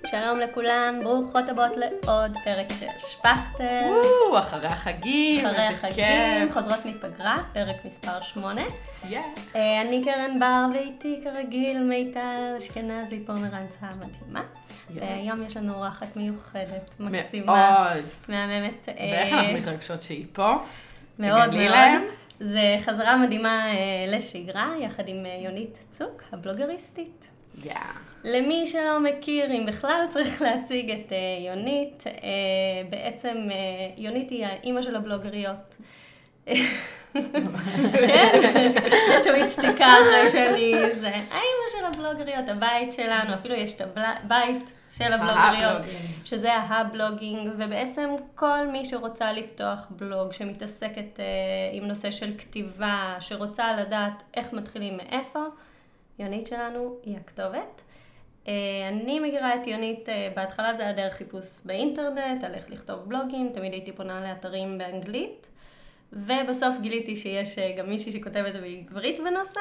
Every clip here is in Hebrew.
שלום לכולם, ברוכות הבאות לעוד פרק של שפכטל. אחרי החגים, אחרי איזה החגים, כיף. חוזרות מפגרה, פרק מספר 8. Yeah. אני קרן בר ואיתי כרגיל מיטל אשכנזי פומרנץ המדהימה. והיום יש לנו אורחת מיוחדת, מקסימה, מאוד. מהממת. ואיך אנחנו מתרגשות שהיא פה? מאוד תגלי מאוד. להם. זה חזרה מדהימה לשגרה, יחד עם יונית צוק, הבלוגריסטית. למי שלא מכיר, אם בכלל צריך להציג את יונית, בעצם יונית היא האימא של הבלוגריות. כן? יש תמיד שתיקה אחרי שאני זה. האימא של הבלוגריות, הבית שלנו, אפילו יש את הבית של הבלוגריות, שזה הבלוגינג, ובעצם כל מי שרוצה לפתוח בלוג שמתעסקת עם נושא של כתיבה, שרוצה לדעת איך מתחילים מאיפה, יונית שלנו היא הכתובת. אני מכירה את יונית, בהתחלה זה היה דרך חיפוש באינטרנט, על איך לכתוב בלוגים, תמיד הייתי פונה לאתרים באנגלית, ובסוף גיליתי שיש גם מישהי שכותבת בעברית בנושא,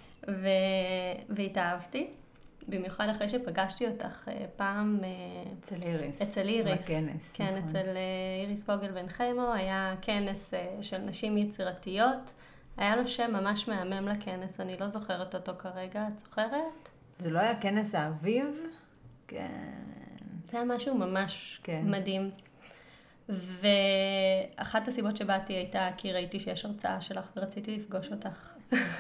והתאהבתי, במיוחד אחרי שפגשתי אותך פעם אצל איריס. בכנס. כן, נכון. אצל איריס פוגל בן חיימו, היה כנס של נשים יצירתיות, היה לו שם ממש מהמם לכנס, אני לא זוכרת אותו כרגע, את זוכרת? זה לא היה כנס האביב? כן. זה היה משהו ממש מדהים. ואחת הסיבות שבאתי הייתה כי ראיתי שיש הרצאה שלך ורציתי לפגוש אותך.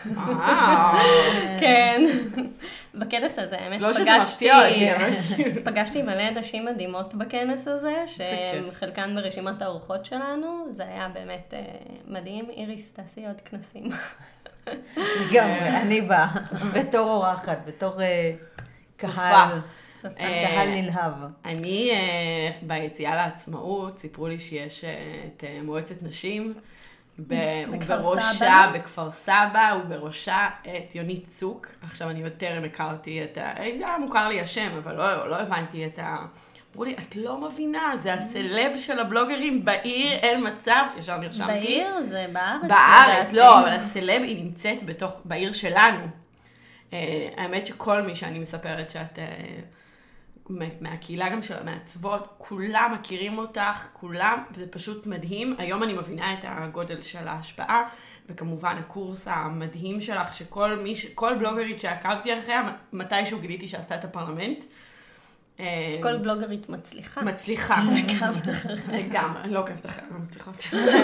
כן. בכנס הזה, האמת, פגשתי מלא נשים מדהימות בכנס הזה, שחלקן ברשימת האורחות שלנו, זה היה באמת מדהים. איריס, תעשי עוד כנסים. לגמרי, אני באה, בתור אורחת, בתור קהל. קהל נלהב. אני ביציאה לעצמאות, סיפרו לי שיש את מועצת נשים, ובראשה, בכפר סבא, ובראשה את יונית צוק. עכשיו אני יותר הכרתי את היה מוכר לי השם, אבל לא הבנתי את אמרו לי, את לא מבינה, זה הסלב של הבלוגרים בעיר, אין מצב, ישר נרשמתי. בעיר? זה בארץ? בארץ, לא, אבל הסלב היא נמצאת בעיר שלנו. האמת שכל מי שאני מספרת שאת מהקהילה גם של המעצבות, כולם מכירים אותך, כולם, זה פשוט מדהים. היום אני מבינה את הגודל של ההשפעה, וכמובן הקורס המדהים שלך, כל בלוגרית שעקבתי אחריה, מתישהו גיליתי שעשתה את הפרלמנט. כל בלוגרית מצליחה. מצליחה. שעקבת אחריה. לגמרי, לא עקבת אחריה, לא מצליחות.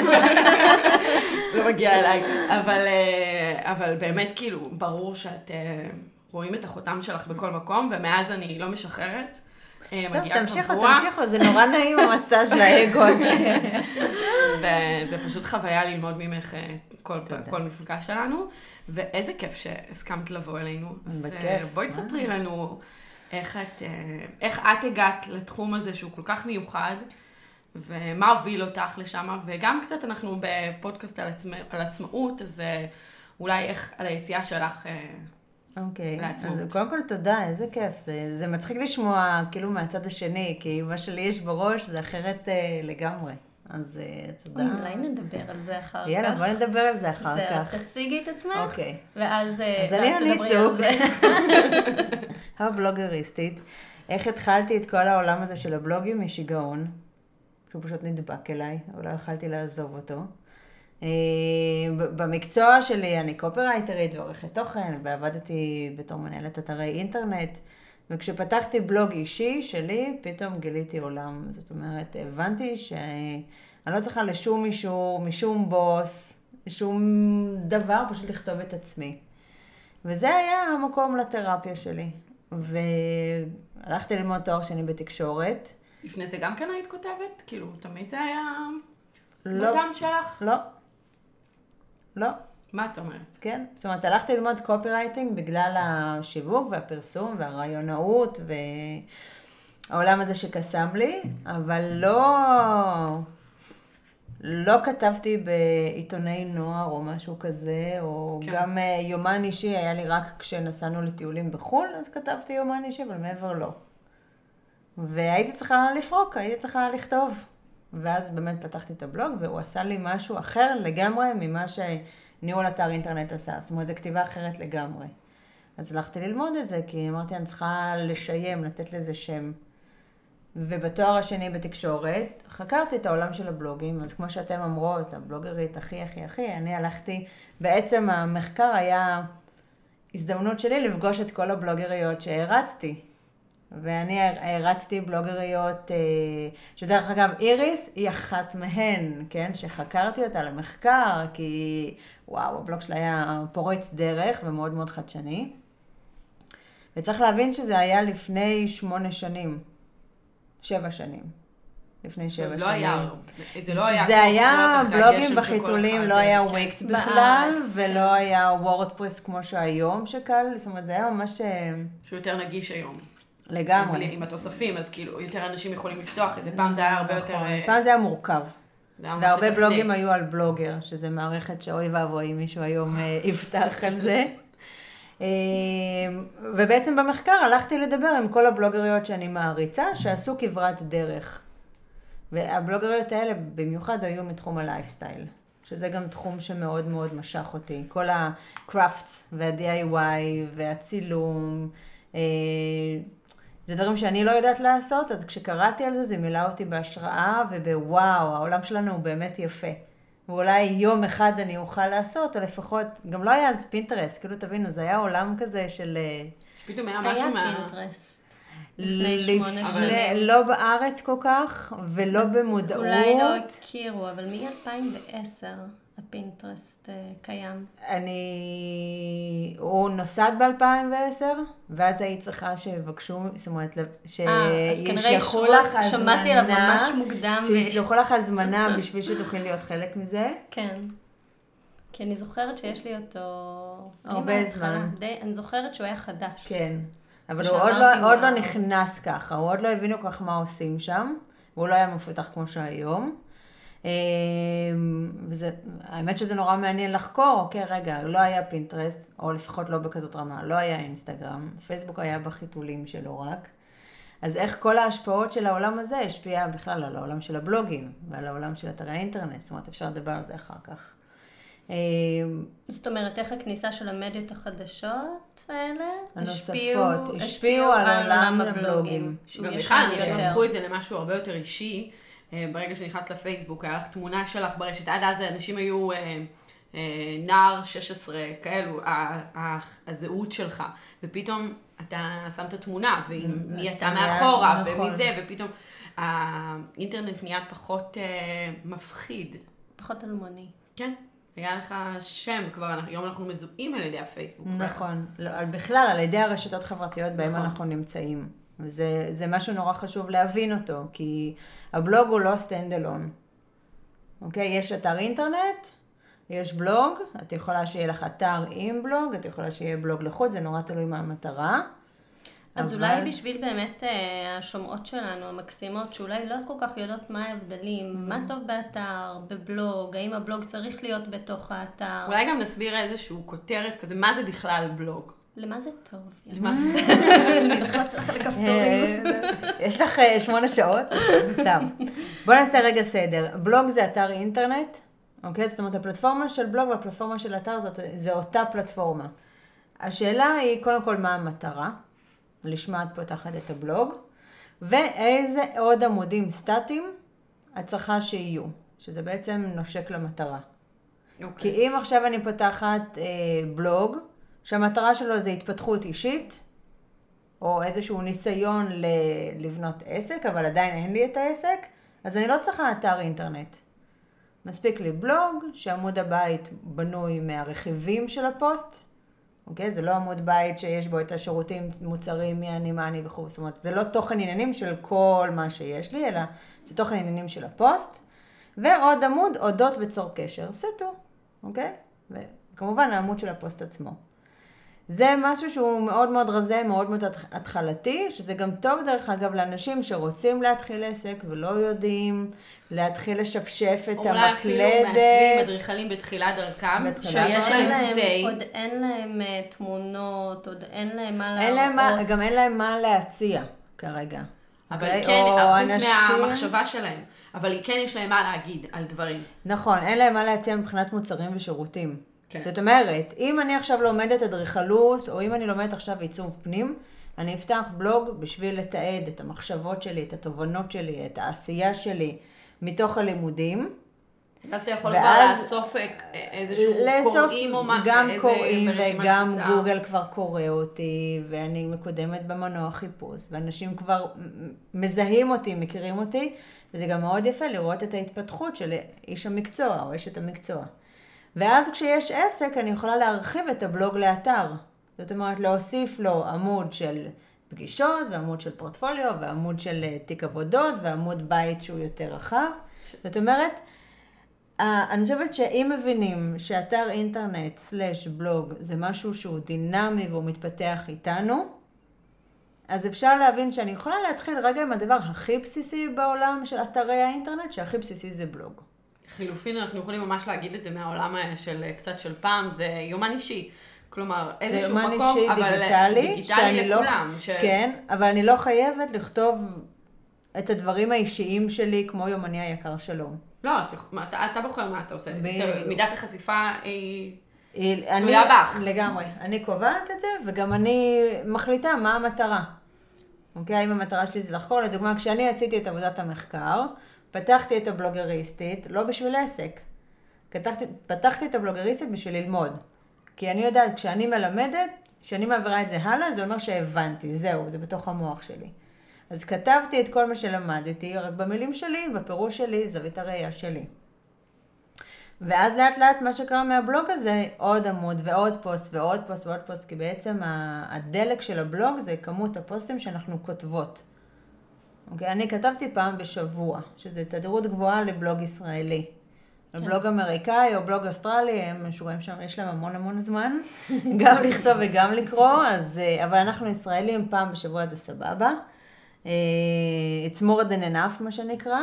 לא מגיעה אליי. אבל באמת כאילו, ברור שאת רואים את החותם שלך בכל מקום, ומאז אני לא משחררת. טוב, תמשיכו, זה נורא נעים המסע של האגו הזה. וזה פשוט חוויה ללמוד ממך כל מפגש שלנו, ואיזה כיף שהסכמת לבוא אלינו. בכיף. בואי תספרי לנו איך את הגעת לתחום הזה שהוא כל כך מיוחד, ומה הוביל אותך לשם, וגם קצת אנחנו בפודקאסט על עצמאות, אז אולי איך על היציאה שלך לעצמאות. אז קודם כל תודה, איזה כיף. זה מצחיק לשמוע כאילו מהצד השני, כי מה שלי יש בראש זה אחרת לגמרי. אז תודה. אולי נדבר על זה אחר כך. יאללה, בואי נדבר על זה אחר כך. אז תציגי את עצמך, אוקיי. ואז תדברי על זה. הבלוגריסטית. איך התחלתי את כל העולם הזה של הבלוגים משיגעון, שהוא פשוט נדבק אליי, אבל לא יכלתי לעזוב אותו. במקצוע שלי אני קופרייטרית ועורכת תוכן, ועבדתי בתור מנהלת אתרי אינטרנט, וכשפתחתי בלוג אישי שלי, פתאום גיליתי עולם. זאת אומרת, הבנתי שאני לא צריכה לשום אישור, משום בוס, שום דבר, פשוט לכתוב את עצמי. וזה היה המקום לתרפיה שלי. והלכתי ללמוד תואר שני בתקשורת. לפני זה גם כן היית כותבת? כאילו, תמיד זה היה לא. בדם שלך? לא. לא. מה את אומרת? כן. זאת אומרת, הלכתי ללמוד קופירייטינג בגלל השיווק והפרסום והרעיונאות והעולם הזה שקסם לי, אבל לא כתבתי בעיתוני נוער או משהו כזה, או כן. גם יומן אישי היה לי רק כשנסענו לטיולים בחול, אז כתבתי יומן אישי, אבל מעבר לא. והייתי צריכה לפרוק, הייתי צריכה לכתוב. ואז באמת פתחתי את הבלוג, והוא עשה לי משהו אחר לגמרי ממה שניהול אתר אינטרנט עשה. זאת אומרת, זו כתיבה אחרת לגמרי. אז הלכתי ללמוד את זה, כי אמרתי, אני צריכה לשיים, לתת לזה שם. ובתואר השני בתקשורת, חקרתי את העולם של הבלוגים, אז כמו שאתם אומרות, הבלוגרית הכי, אני הלכתי, בעצם המחקר היה הזדמנות שלי לפגוש את כל הבלוגריות שהרצתי. ואני הרצתי בלוגריות, שדרך אגב, איריס היא אחת מהן, כן? שחקרתי אותה למחקר, כי וואו, הבלוג שלה היה פורץ דרך ומאוד מאוד חדשני. וצריך להבין שזה היה לפני 8 שנים. 7 שנים. לפני 7 שנים. זה היה בלוגים בחיתולים, לא היה וויקס בכלל, ולא היה וורדפרס כמו שהיום שקל, זאת אומרת, זה היה ממש... שהוא יותר נגיש היום. לגמרי. עם התוספים, אז כאילו, יותר אנשים יכולים לפתוח את זה, פעם זה היה הרבה יותר... פעם זה היה מורכב. והרבה בלוגים היו על בלוגר, שזה מערכת שאוי ואבוי, מישהו היום יפתח על זה. ובעצם במחקר הלכתי לדבר עם כל הבלוגריות שאני מעריצה, שעשו כברת דרך. והבלוגריות האלה במיוחד היו מתחום הלייפסטייל, שזה גם תחום שמאוד מאוד משך אותי. כל הקראפטס וה-DIY והצילום, זה דברים שאני לא יודעת לעשות, אז כשקראתי על זה, זה מילא אותי בהשראה ובוואו, העולם שלנו הוא באמת יפה. ואולי יום אחד אני אוכל לעשות, או לפחות, גם לא היה אז פינטרסט, כאילו תבינו, זה היה עולם כזה של... שפתאום היה משהו היה פינטרסט. לפני 8 שנים. לא בארץ כל כך, ולא במודעות. אולי לא הכירו, אבל מ-2010 הפינטרסט קיים. הוא נוסד ב-2010, ואז היית צריכה שיבקשו, זאת אומרת, שישלחו לך הזמנה. שמעתי עליו ממש מוקדם. שישלחו לך הזמנה בשביל שתוכלי להיות חלק מזה. כן. כי אני זוכרת שיש לי אותו... הרבה זמן. אני זוכרת שהוא היה חדש. כן. אבל הוא עוד לא נכנס ככה, הוא עוד לא הבינו כך מה עושים שם, והוא לא היה מפותח כמו שהיום. האמת שזה נורא מעניין לחקור, אוקיי, רגע, לא היה פינטרסט, או לפחות לא בכזאת רמה, לא היה אינסטגרם, פייסבוק היה בחיתולים שלו רק. אז איך כל ההשפעות של העולם הזה השפיע בכלל על העולם של הבלוגים, ועל העולם של אתרי האינטרנט, זאת אומרת, אפשר לדבר על זה אחר כך. זאת אומרת, איך הכניסה של המדיות החדשות האלה הנוספות השפיעו על עולם הבלוגים. גם בכלל, הפכו את זה למשהו הרבה יותר אישי. ברגע שנכנס לפייסבוק, היה לך תמונה שלך ברשת, עד אז אנשים היו נער 16, כאלו, הזהות שלך, ופתאום אתה שמת תמונה, ומי אתה מאחורה, ומי זה, ופתאום האינטרנט נהיה פחות מפחיד. פחות אלמוני. כן. היה לך שם כבר, היום אנחנו מזוהים על ידי הפייסבוק. נכון. בכלל, על ידי הרשתות חברתיות בהם אנחנו נמצאים. וזה משהו נורא חשוב להבין אותו, כי הבלוג הוא לא סטנד אלון. אוקיי? יש אתר אינטרנט, יש בלוג, את יכולה שיהיה לך אתר עם בלוג, את יכולה שיהיה בלוג לחוד, זה נורא תלוי מה המטרה. אז אולי בשביל באמת השומעות שלנו, המקסימות, שאולי לא כל כך יודעות מה ההבדלים, מה טוב באתר, בבלוג, האם הבלוג צריך להיות בתוך האתר. אולי גם נסביר איזשהו כותרת כזה, מה זה בכלל בלוג? למה זה טוב? למה זה? נלחץ לך לכפתורים. יש לך 8 שעות? סתם. בוא נעשה רגע סדר. בלוג זה אתר אינטרנט, אוקיי? זאת אומרת, הפלטפורמה של בלוג והפלטפורמה של אתר זה אותה פלטפורמה. השאלה היא, קודם כל, מה המטרה? לשמה את פותחת את הבלוג, ואיזה עוד עמודים סטטיים את צריכה שיהיו, שזה בעצם נושק למטרה. כי אם עכשיו אני פותחת בלוג, שהמטרה שלו זה התפתחות אישית, או איזשהו ניסיון לבנות עסק, אבל עדיין אין לי את העסק, אז אני לא צריכה אתר אינטרנט. מספיק לי בלוג, שעמוד הבית בנוי מהרכיבים של הפוסט, אוקיי? זה לא עמוד בית שיש בו את השירותים, מוצרים, מה אני וכו'. זאת אומרת, זה לא תוכן עניינים של כל מה שיש לי, אלא זה תוכן עניינים של הפוסט. ועוד עמוד, אודות וצור קשר. סטו, אוקיי? וכמובן, העמוד של הפוסט עצמו. זה משהו שהוא מאוד מאוד רזה, מאוד מאוד התחלתי, שזה גם טוב דרך אגב לאנשים שרוצים להתחיל עסק ולא יודעים להתחיל לשפשף את המקלדת. אולי אפילו מעצבים, מדריכלים בתחילת דרכם, שיש להם סי. עוד אין להם תמונות, עוד אין להם מה להראות. גם אין להם מה להציע כרגע. אבל כן, חוץ מהמחשבה שלהם. אבל כן יש להם מה להגיד על דברים. נכון, אין להם מה להציע מבחינת מוצרים ושירותים. זאת אומרת, אם אני עכשיו לומדת אדריכלות, או אם אני לומדת עכשיו עיצוב פנים, אני אפתח בלוג בשביל לתעד את המחשבות שלי, את התובנות שלי, את העשייה שלי מתוך הלימודים. ואז אתה יכול כבר לאסוף איזשהו קוראים או מה? גם קוראים וגם גוגל כבר קורא אותי, ואני מקודמת במנוע חיפוש, ואנשים כבר מזהים אותי, מכירים אותי, וזה גם מאוד יפה לראות את ההתפתחות של איש המקצוע או אשת המקצוע. ואז כשיש עסק אני יכולה להרחיב את הבלוג לאתר. זאת אומרת להוסיף לו עמוד של פגישות, ועמוד של פורטפוליו, ועמוד של תיק עבודות, ועמוד בית שהוא יותר רחב. זאת אומרת, אני חושבת שאם מבינים שאתר אינטרנט / בלוג זה משהו שהוא דינמי והוא מתפתח איתנו, אז אפשר להבין שאני יכולה להתחיל רגע עם הדבר הכי בסיסי בעולם של אתרי האינטרנט, שהכי בסיסי זה בלוג. חילופין, אנחנו יכולים ממש להגיד את זה מהעולם של קצת של פעם, זה יומן אישי. כלומר, איזשהו מקום, אישי, אבל דיגיטלי לכולם. כן, אבל אני לא חייבת לכתוב את הדברים האישיים שלי כמו יומני היקר שלום. לא, אתה בוחר מה אתה עושה. מידת החשיפה היא תלויה בך. לגמרי. אני קובעת את זה, וגם אני מחליטה מה המטרה. אוקיי? אם המטרה שלי זה לחקור, לדוגמה, כשאני עשיתי את עבודת המחקר, פתחתי את הבלוגריסטית, לא בשביל עסק. פתחתי את הבלוגריסטית בשביל ללמוד. כי אני יודעת, כשאני מלמדת, כשאני מעבירה את זה הלאה, זה אומר שהבנתי, זהו, זה בתוך המוח שלי. אז כתבתי את כל מה שלמדתי, רק במילים שלי, בפירוש שלי, זווית הראייה שלי. ואז לאט לאט מה שקרה מהבלוג הזה, עוד עמוד ועוד פוסט ועוד פוסט ועוד פוסט, כי בעצם הדלק של הבלוג זה כמות הפוסטים שאנחנו כותבות. אוקיי? אני כתבתי פעם בשבוע, שזה תדירות גבוהה לבלוג ישראלי. בלוג אמריקאי או בלוג אוסטרלי, הם משוגעים שם, יש להם המון זמן, גם לכתוב וגם לקרוא, אבל אנחנו ישראלים פעם בשבוע זה סבבה. It's more than enough, מה שנקרא.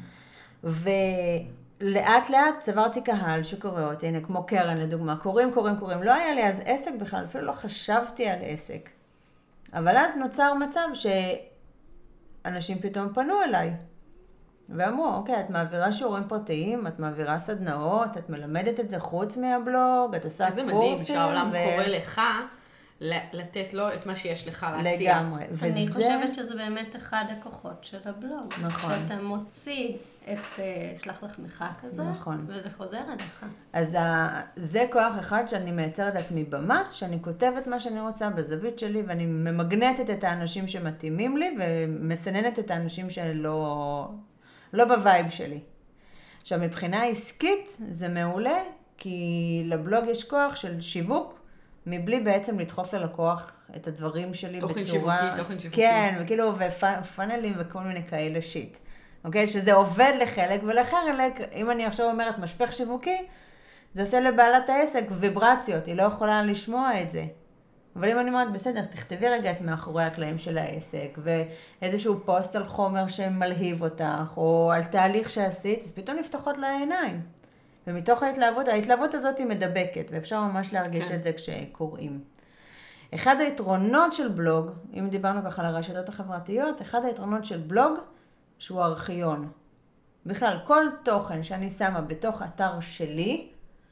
ולאט לאט צברתי קהל שקורא אותי, הנה כמו קרן לדוגמה, קוראים. לא היה לי אז עסק בכלל, אפילו לא חשבתי על עסק. אבל אז נוצר מצב שאנשים פתאום פנו אליי. ואמרו, אוקיי, את מעבירה שיעורים פרטיים, את מעבירה סדנאות, את מלמדת את זה חוץ מהבלוג, את עושה קורסים. זה מדהים שהעולם קורא לך לתת לו את מה שיש לך להציע. לגמרי. אני חושבת שזה באמת אחד הכוחות של הבלוג. נכון. שאתה מוציא את שלח לחמך כזה, נכון. וזה חוזר אליך. אז זה כוח אחד שאני מייצרת לעצמי במה, שאני כותבת מה שאני רוצה בזווית שלי, ואני ממגנטת את האנשים שמתאימים לי, ומסננת את האנשים שלא בווייב שלי. עכשיו, מבחינה עסקית זה מעולה, כי לבלוג יש כוח של שיווק, מבלי בעצם לדחוף ללקוח את הדברים שלי בצורה... תוכן שיווקי. כן, וכאילו, ופאנלים וכל מיני כאלה שיט. אוקיי? שזה עובד לחלק, ולחלק, אם אני עכשיו אומרת משפך שיווקי, זה עושה לבעלת העסק ויברציות, היא לא יכולה לשמוע את זה. אבל אם אני אומרת, בסדר, תכתבי רגע את מאחורי הקלעים של העסק, ואיזשהו פוסט על חומר שמלהיב אותך, או על תהליך שעשית, אז פתאום נפתחות לה העיניים. ומתוך ההתלהבות הזאת היא מדבקת, ואפשר ממש להרגיש את זה כשקוראים. אחד היתרונות של בלוג, אם דיברנו ככה על הרשתות החברתיות, אחד היתרונות של בלוג, שהוא ארכיון. בכלל, כל תוכן שאני שמה בתוך אתר שלי,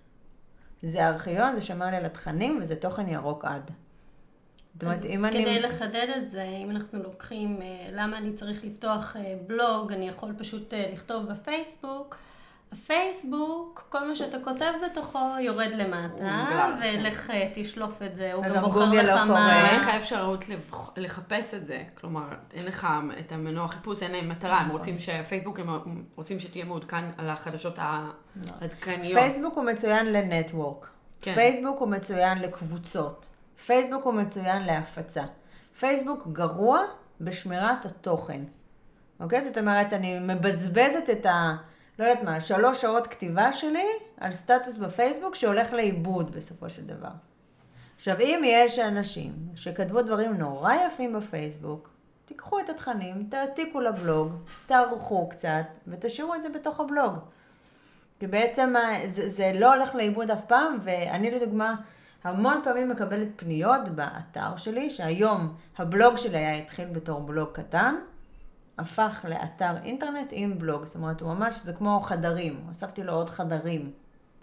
זה ארכיון, זה שומר לי על התכנים, וזה תוכן ירוק עד. אז כדי לחדד את זה, אם אנחנו לוקחים למה אני צריך לפתוח בלוג, אני יכול פשוט לכתוב בפייסבוק. הפייסבוק, כל מה שאתה כותב בתוכו יורד למטה, ולך תשלוף את זה, הוא גם בוחר לך מה... אין לך אפשרות לחפש את זה, כלומר, אין לך את המנוע חיפוש, אין להם מטרה, הם רוצים שפייסבוק, הם רוצים שתהיה מעודכן על החדשות העדכניות. פייסבוק הוא מצוין לנטוורק, פייסבוק הוא מצוין לקבוצות, פייסבוק הוא מצוין להפצה. פייסבוק גרוע בשמירת התוכן. אוקיי? זאת אומרת, אני מבזבזת את לא יודעת מה, 3 שעות כתיבה שלי על סטטוס בפייסבוק שהולך לאיבוד בסופו של דבר. עכשיו, אם יש אנשים שכתבו דברים נורא יפים בפייסבוק, תיקחו את התכנים, תעתיקו לבלוג, תערכו קצת ותשאירו את זה בתוך הבלוג. כי בעצם זה לא הולך לאיבוד אף פעם, ואני לדוגמה המון פעמים מקבלת פניות באתר שלי, שהיום הבלוג שלי היה התחיל בתור בלוג קטן, הפך לאתר אינטרנט עם בלוג, זאת אומרת, הוא ממש, זה כמו חדרים, הוספתי לו עוד חדרים.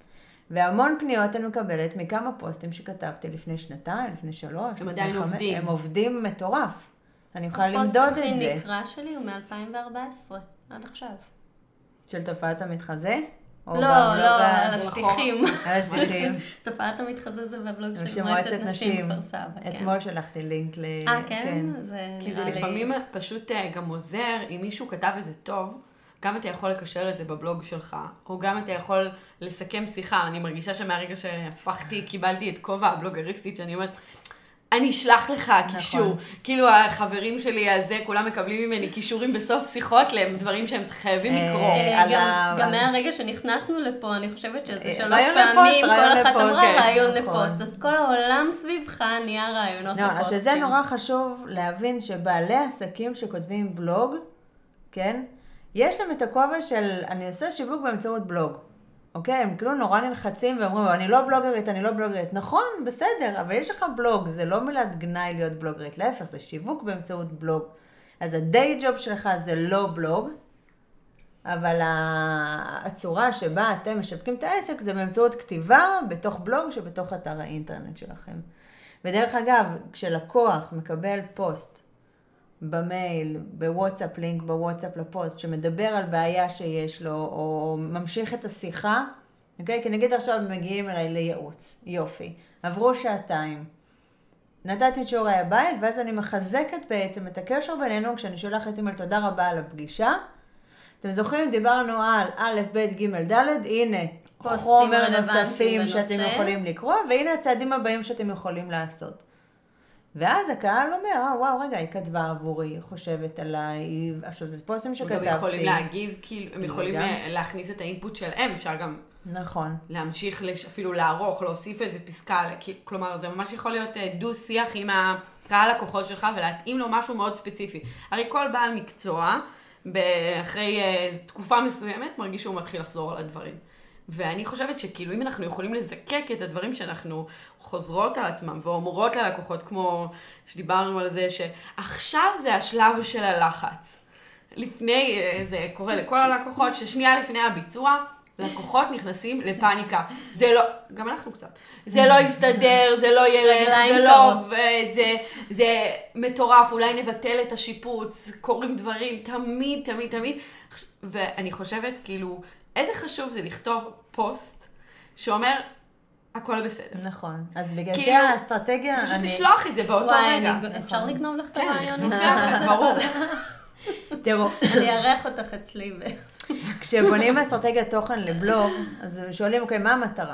והמון פניות אני מקבלת מכמה פוסטים שכתבתי לפני 2, לפני 3. הם עדיין עובדים. הם עובדים מטורף. אני יכולה למדוד את זה. הפוסט הכי נקרא שלי הוא מ-2014, עד עכשיו. של תופעת המתחזה? לא, על השטיחים. על השטיחים. תופעת המתחזה זה בבלוג של מועצת נשים כפר סבא. אתמול שלחתי לינק ל... כן? כי זה לפעמים פשוט גם עוזר, אם מישהו כתב איזה טוב, גם אתה יכול לקשר את זה בבלוג שלך, או גם אתה יכול לסכם שיחה. אני מרגישה שמהרגע שהפכתי, קיבלתי את כובע הבלוגריסטית, שאני אומרת, אני אשלח לך קישור. כאילו החברים שלי הזה, כולם מקבלים ממני קישורים בסוף שיחות להם, דברים שהם חייבים לקרוא. גם מהרגע שנכנסנו לפה, אני חושבת שזה 3 פעמים, כל אחת אמרה רעיון לפוסט, אז כל העולם סביבך נהיה רעיונות לפוסטים. שזה נורא חשוב להבין שבעלי עסקים שכותבים בלוג, כן? יש להם את הכובע של אני עושה שיווק באמצעות בלוג. אוקיי? הם כאילו נורא נלחצים ואומרים, אני לא בלוגרית. נכון, בסדר, אבל יש לך בלוג, זה לא מילת גנאי להיות בלוגרית, להפך, זה שיווק באמצעות בלוג. אז הדיי ג'וב שלך זה לא בלוג, אבל הצורה שבה אתם משווקים את העסק זה באמצעות כתיבה בתוך בלוג שבתוך אתר האינטרנט שלכם. ודרך אגב, כשלקוח מקבל פוסט במייל, בוואטסאפ, לינק בוואטסאפ לפוסט, שמדבר על בעיה שיש לו, או ממשיך את השיחה, אוקיי? כי נגיד עכשיו מגיעים אליי לייעוץ, יופי, עברו 2 נתתי את שיעורי הבית, ואז אני מחזקת בעצם את הקשר בינינו, כשאני שולחת אימייל תודה רבה על הפגישה. אתם זוכרים, דיברנו על א', ב', ג', ד', הנה, חומר נוספים שאתם יכולים לקרוא, והנה הצעדים הבאים שאתם יכולים לעשות. ואז הקהל אומר, וואו, רגע, היא כתבה עבורי, היא חושבת עליי, עכשיו זה פוסטים שכתבתי. הם גם יכולים להגיב, כאילו, הם יכולים להכניס את האינפוט שלהם, אפשר גם להמשיך אפילו לערוך, להוסיף איזה פסקה, כלומר, זה ממש יכול להיות דו-שיח עם הקהל לקוחות שלך, ולהתאים לו משהו מאוד ספציפי. הרי כל בעל מקצוע, אחרי תקופה מסוימת, מרגיש שהוא מתחיל לחזור על הדברים. ואני חושבת שכאילו אם אנחנו יכולים לזקק את הדברים שאנחנו חוזרות על עצמם ואומרות ללקוחות, כמו שדיברנו על זה, שעכשיו זה השלב של הלחץ. לפני, זה קורה לכל הלקוחות, ששנייה לפני הביצוע, לקוחות נכנסים לפאניקה. זה לא, גם אנחנו קצת. זה לא יסתדר, זה לא ילך, זה לא עובד, זה מטורף, אולי נבטל את השיפוץ, קורים דברים, תמיד. ואני חושבת כאילו, איזה חשוב זה לכתוב פוסט שאומר, הכל בסדר. נכון. אז בגלל זה האסטרטגיה... פשוט תשלוח את זה באותו רגע. אפשר לגנוב לך את הרעיון? כן, ברור. תראו. אני אערך אותך אצלי. כשבונים אסטרטגיית תוכן לבלוג, אז שואלים, אוקיי, מה המטרה?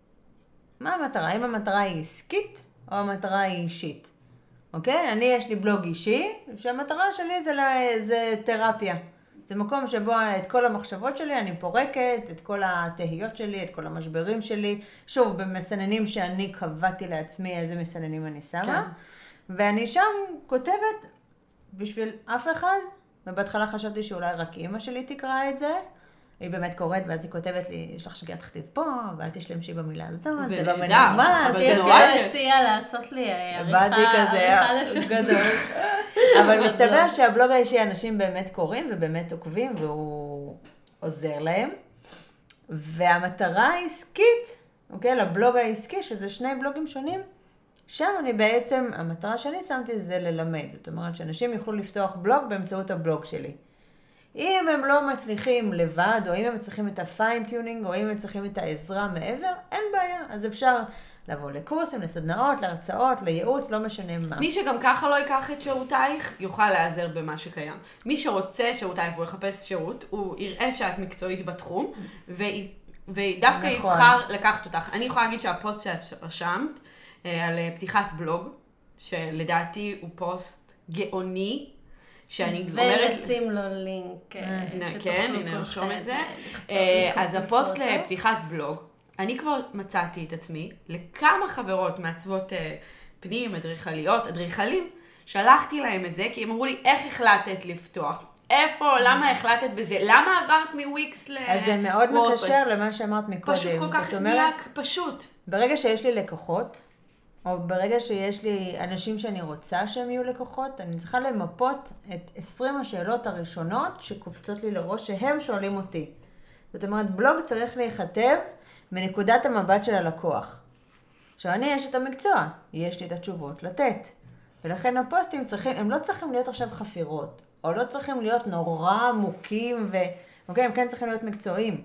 מה המטרה? האם המטרה היא עסקית או המטרה היא אישית? אוקיי? יש לי בלוג אישי, שהמטרה שלי זה תרפיה. זה מקום שבו את כל המחשבות שלי אני פורקת, את כל התהיות שלי, את כל המשברים שלי. שוב, במסננים שאני קבעתי לעצמי איזה מסננים אני שמה. כן. ואני שם כותבת בשביל אף אחד, ובהתחלה חשבתי שאולי רק אמא שלי תקרא את זה. היא באמת קוראת, ואז היא כותבת לי, יש לך שגיאת כתיב פה, ואל תשלמשי במילה הזאת, זה לא מנהמה. זה אפילו הציעה לעשות לי עריכה גדול. אבל מסתבר שהבלוג האישי, אנשים באמת קוראים ובאמת עוקבים, והוא עוזר להם. והמטרה העסקית, אוקיי, לבלוג העסקי, שזה 2 בלוגים שונים, שם אני בעצם, המטרה שאני שמתי זה ללמד. זאת אומרת, שאנשים יוכלו לפתוח בלוג באמצעות הבלוג שלי. אם הם לא מצליחים לבד, או אם הם צריכים את הפיינטיונינג, או אם הם צריכים את העזרה מעבר, אין בעיה. אז אפשר לבוא לקורסים, לסדנאות, להרצאות, לייעוץ, לא משנה מה. מי שגם ככה לא ייקח את שירותייך, יוכל להיעזר במה שקיים. מי שרוצה את שירותייך והוא יחפש שירות, הוא יראה שאת מקצועית בתחום, ודווקא יבחר לקחת אותך. אני יכולה להגיד שהפוסט שאת רשמת על פתיחת בלוג, שלדעתי הוא פוסט גאוני, שאני אומרת... ולשים לו לינק כן, הנה, נרשום את זה. אז הפוסט לפתיחת בלוג, אני כבר מצאתי את עצמי לכמה חברות מעצבות פנים, אדריכלים, שלחתי להם את זה, כי הם אמרו לי, איך החלטת לפתוח? איפה, למה החלטת בזה? למה עברת מוויקס אז זה מאוד מקשר למה שאמרת מקודם. פשוט כל כך נהיה פשוט. ברגע שיש לי לקוחות, או ברגע שיש לי אנשים שאני רוצה שהם יהיו לקוחות, אני צריכה למפות את 20 השאלות הראשונות שקופצות לי לראש, שהם שואלים אותי. זאת אומרת, בלוג צריך להיכתב מנקודת המבט של הלקוח. עכשיו, אני יש את המקצוע, יש לי את התשובות לתת. ולכן הפוסטים הם לא צריכים להיות עכשיו חפירות, או לא צריכים להיות נורא עמוקים, אוקיי, הם כן צריכים להיות מקצועיים.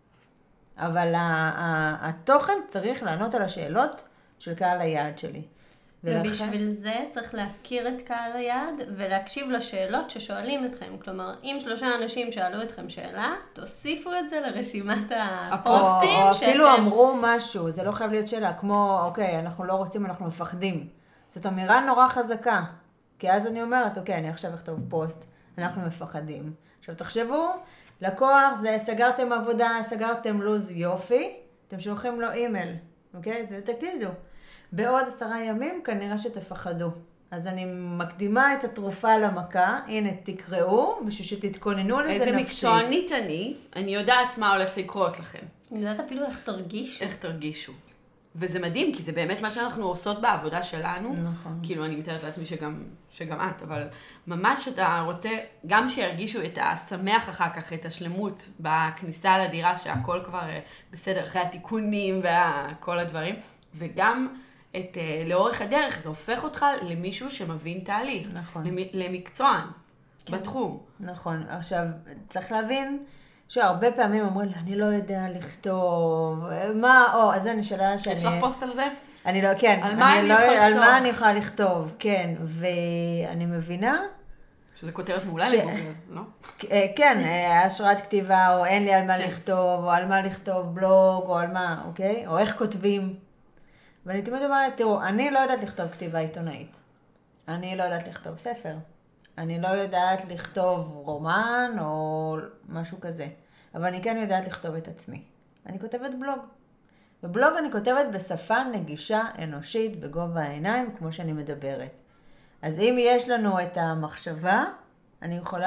אבל התוכן צריך לענות על השאלות של קהל היעד שלי. ובשביל זה צריך להכיר את קהל היעד ולהקשיב לשאלות ששואלים אתכם. כלומר, אם 3 אנשים שאלו אתכם שאלה, תוסיפו את זה לרשימת הפוסטים. או אפילו אמרו משהו, זה לא חייב להיות שאלה, כמו, אוקיי, אנחנו לא רוצים, אנחנו מפחדים. זאת אמירה נורא חזקה. כי אז אני אומרת, אוקיי, אני עכשיו אכתוב פוסט, אנחנו מפחדים. עכשיו תחשבו, לקוח זה סגרתם עבודה, סגרתם לוז יופי, אתם שולחים לו אימייל, אוקיי? ותגידו. בעוד 10 ימים כנראה שתפחדו. אז אני מקדימה את התרופה למכה, הנה תקראו, בשביל שתתכוננו לזה נפשית. איזה מקצוענית אני יודעת מה הולך לקרות לכם. אני יודעת אפילו איך תרגישו. איך תרגישו. וזה מדהים, כי זה באמת מה שאנחנו עושות בעבודה שלנו. נכון. כאילו, אני מתארת לעצמי שגם את, אבל ממש אתה רוצה, גם שירגישו את השמח אחר כך, את השלמות בכניסה לדירה, שהכל כבר בסדר, אחרי התיקונים וכל הדברים, וגם לאורך הדרך, זה הופך אותך למישהו שמבין תהליך. נכון. למקצוען, כן. בתחום. נכון. עכשיו, צריך להבין שהרבה פעמים אומרים לי, אני לא יודע לכתוב, אז אני שאלה שאני... יש לך פוסט על זה? אני לא, כן. על מה אני יכולה לכתוב? על מה אני יכולה לכתוב, כן. ואני מבינה... שזה כותרת מעולה לגוגל, לא? כן, השראת כתיבה, או אין לי על מה לכתוב, או על מה לכתוב בלוג, או על מה, אוקיי? או איך כותבים. ואני תמיד אומרת, תראו, אני לא יודעת לכתוב כתיבה עיתונאית. אני לא יודעת לכתוב ספר. אני לא יודעת לכתוב רומן או משהו כזה. אבל אני כן יודעת לכתוב את עצמי. אני כותבת בלוג. בבלוג אני כותבת בשפה נגישה, אנושית, בגובה העיניים, כמו שאני מדברת. אז אם יש לנו את המחשבה, אני יכולה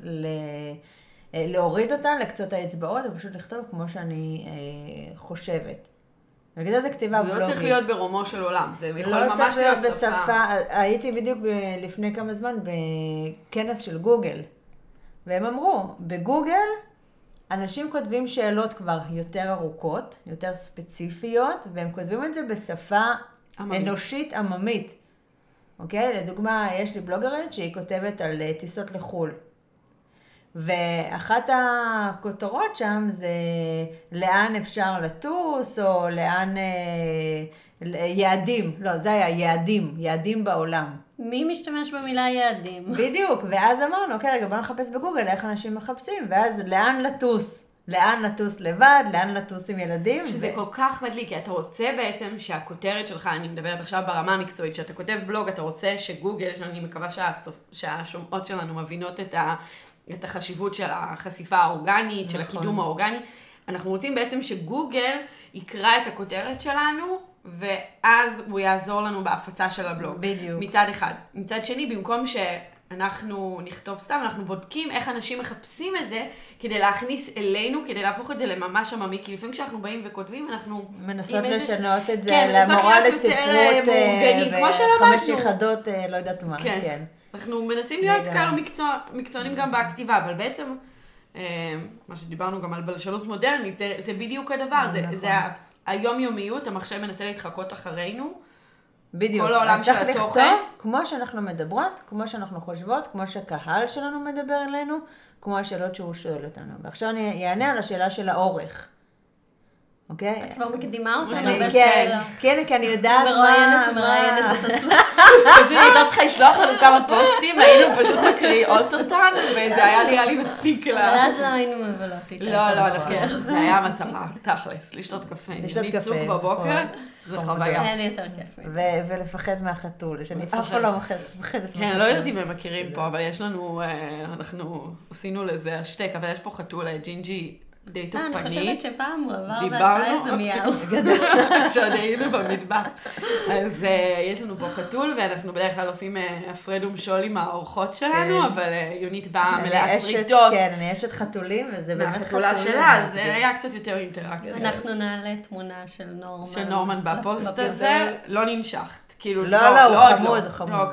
להוריד אותה לקצות האצבעות, ופשוט לכתוב כמו שאני חושבת. נגיד איזה כתיבה בלוגית. זה לא צריך להיות ברומו של עולם, זה יכול ממש להיות שפה. הייתי בדיוק לפני כמה זמן בכנס של גוגל, והם אמרו, בגוגל אנשים כותבים שאלות כבר יותר ארוכות, יותר ספציפיות, והם כותבים את זה בשפה אנושית עממית. אוקיי? לדוגמה, יש לי בלוגרית שהיא כותבת על טיסות לחול. ואחת הכותרות שם זה לאן אפשר לטוס, או לאן יעדים. לא, זה היה יעדים, יעדים בעולם. מי משתמש במילה יעדים? בדיוק, ואז אמרנו, אוקיי, רגע, בוא נחפש בגוגל איך אנשים מחפשים, ואז לאן לטוס. לאן לטוס לבד, לאן לטוס עם ילדים. שזה כל כך מדליק, כי אתה רוצה בעצם שהכותרת שלך, אני מדברת עכשיו ברמה המקצועית, שאתה כותב בלוג, אתה רוצה שגוגל, שאני מקווה שהשומעות שלנו מבינות את החשיבות של החשיפה האורגנית, של הקידום האורגני. אנחנו רוצים בעצם שגוגל יקרא את הכותרת שלנו, ואז הוא יעזור לנו בהפצה של הבלוג. בדיוק. מצד אחד. מצד שני, במקום שאנחנו נכתוב סתם, אנחנו בודקים איך אנשים מחפשים את זה, כדי להכניס אלינו, כדי להפוך את זה לממש עממי, כי לפעמים כשאנחנו באים וכותבים, אנחנו... מנסות לשנות את זה, כן, למורה לספרות, כמו שלמדנו. 5 יחידות, לא יודעת מה, כן. אנחנו מנסים להיות כאלו מקצוענים גם בכתיבה, אבל בעצם, מה שדיברנו גם על בלשנות מודרנית, זה בדיוק הדבר, זה היומיומיות, המחשב מנסה להתחקות אחרינו. בדיוק. כל העולם של התוכן. צריך לכתוב כמו שאנחנו מדברות, כמו שאנחנו חושבות, כמו שהקהל שלנו מדבר אלינו, כמו השאלות שהוא שואל אותנו. ועכשיו אני אענה על השאלה של האורך. אוקיי? את כבר מקדימה אותנו בשאלה. כן, כי אני יודעת מה... מראיינת שמראיינת את עצמה. פשוט הייתה צריכה לשלוח לנו כמה פוסטים, והיינו פשוט מקריאות אותן, וזה היה נראה לי מספיק לה. אבל אז לא היינו מבלות איתה. לא, זה היה המטרה, תכלס, לשתות קפה. לשתות קפה. ניצוק בבוקר, זה חוויה. היה לי יותר כיף. ולפחד מהחתול, שאני אף פעם לא מפחדת מהחתול. כן, לא יודעת אם הם מכירים פה, אבל יש לנו, אנחנו עשינו לזה השתק, אבל יש פה חתול, ג'ינג'י. די תוקפני. אני חושבת שפעם הוא עבר ועשה איזה מיהו. כשעוד היינו במדבר. אז יש לנו פה חתול, ואנחנו בדרך כלל עושים הפרד ומשול עם האורחות שלנו, אבל יונית באה מלאה צריטות. כן, אני אשת חתולים, וזה באמת חתולים. מהחתולה שלה, זה היה קצת יותר אינטראקציה. אנחנו נעלה תמונה של נורמן. של נורמן בפוסט הזה, לא נמשכת. לא, הוא חמוד.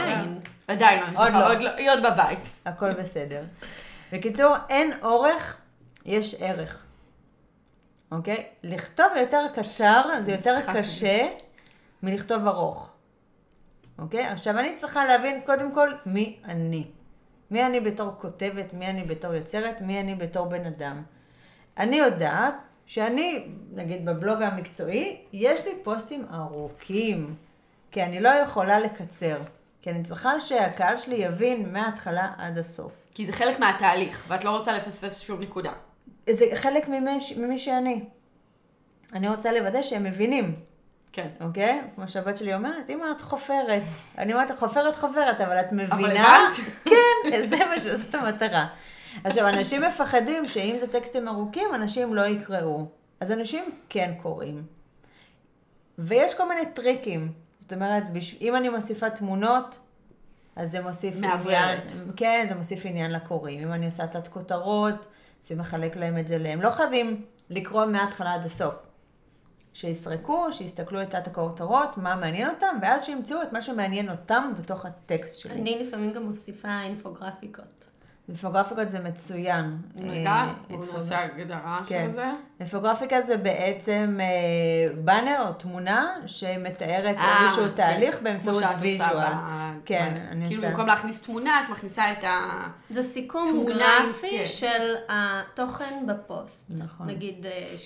עדיין לא נמשכה, היא עוד בבית. הכל בסדר. בקיצור, אין אורך, יש ערך. אוקיי? לכתוב יותר קצר, זה יותר קשה מלכתוב ארוך. אוקיי? עכשיו אני צריכה להבין קודם כל מי אני. מי אני בתור כותבת, מי אני בתור יוצרת, מי אני בתור בן אדם. אני יודעת שאני, נגיד בבלוג המקצועי, יש לי פוסטים ארוכים, כי אני לא יכולה לקצר. כי אני צריכה שהקהל שלי יבין מההתחלה עד הסוף. כי זה חלק מהתהליך, ואת לא רוצה לפספס שום נקודה. זה חלק ממי שאני. אני רוצה לוודא שהם מבינים. כן. אוקיי? כמו שהבת שלי אומרת, אמא, את חופרת. אני אומרת, חופרת, אבל את מבינה... אבל הבנת? כן, זאת המטרה. עכשיו, אנשים מפחדים שאם זה טקסטים ארוכים, אנשים לא יקראו. אז אנשים כן קוראים. ויש כל מיני טריקים. זאת אומרת, אם אני מוסיפה תמונות, אז זה מוסיף... מעבררת. כן, זה מוסיף עניין לקוראים. אם אני עושה תת כותרות, זה מחלק להם את זה להם. לא חייבים לקרוא מההתחלה עד הסוף. שיסרקו, שיסתכלו את הכותרות, מה מעניין אותם, ואז שימצאו את מה שמעניין אותם בתוך הטקסט שלי. אני לפעמים גם מוסיפה אינפוגרפיקות. אינפוגרפיקות זה מצוין. רגע, בואו נעשה הגדרה של זה. אינפוגרפיקה זה בעצם בנר או תמונה שמתארת איזשהו תהליך באמצעות ויז'ואל. כן, כאילו במקום להכניס תמונה, את מכניסה את ה... זה סיכום גרפי של התוכן בפוסט. נכון. נגיד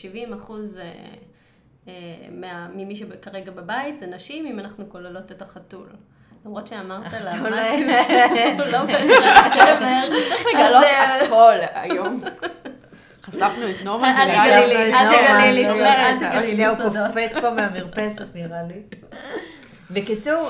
70% ממי שכרגע בבית זה נשים, אם אנחנו כוללות את החתול. למרות שאמרת לה משהו שהוא לא בהכרח תמר. צריך לגלות הכל היום. חשפנו את נורמן, אל תגלי לי הנה הוא קופץ פה מהמרפסת נראה לי. בקיצור,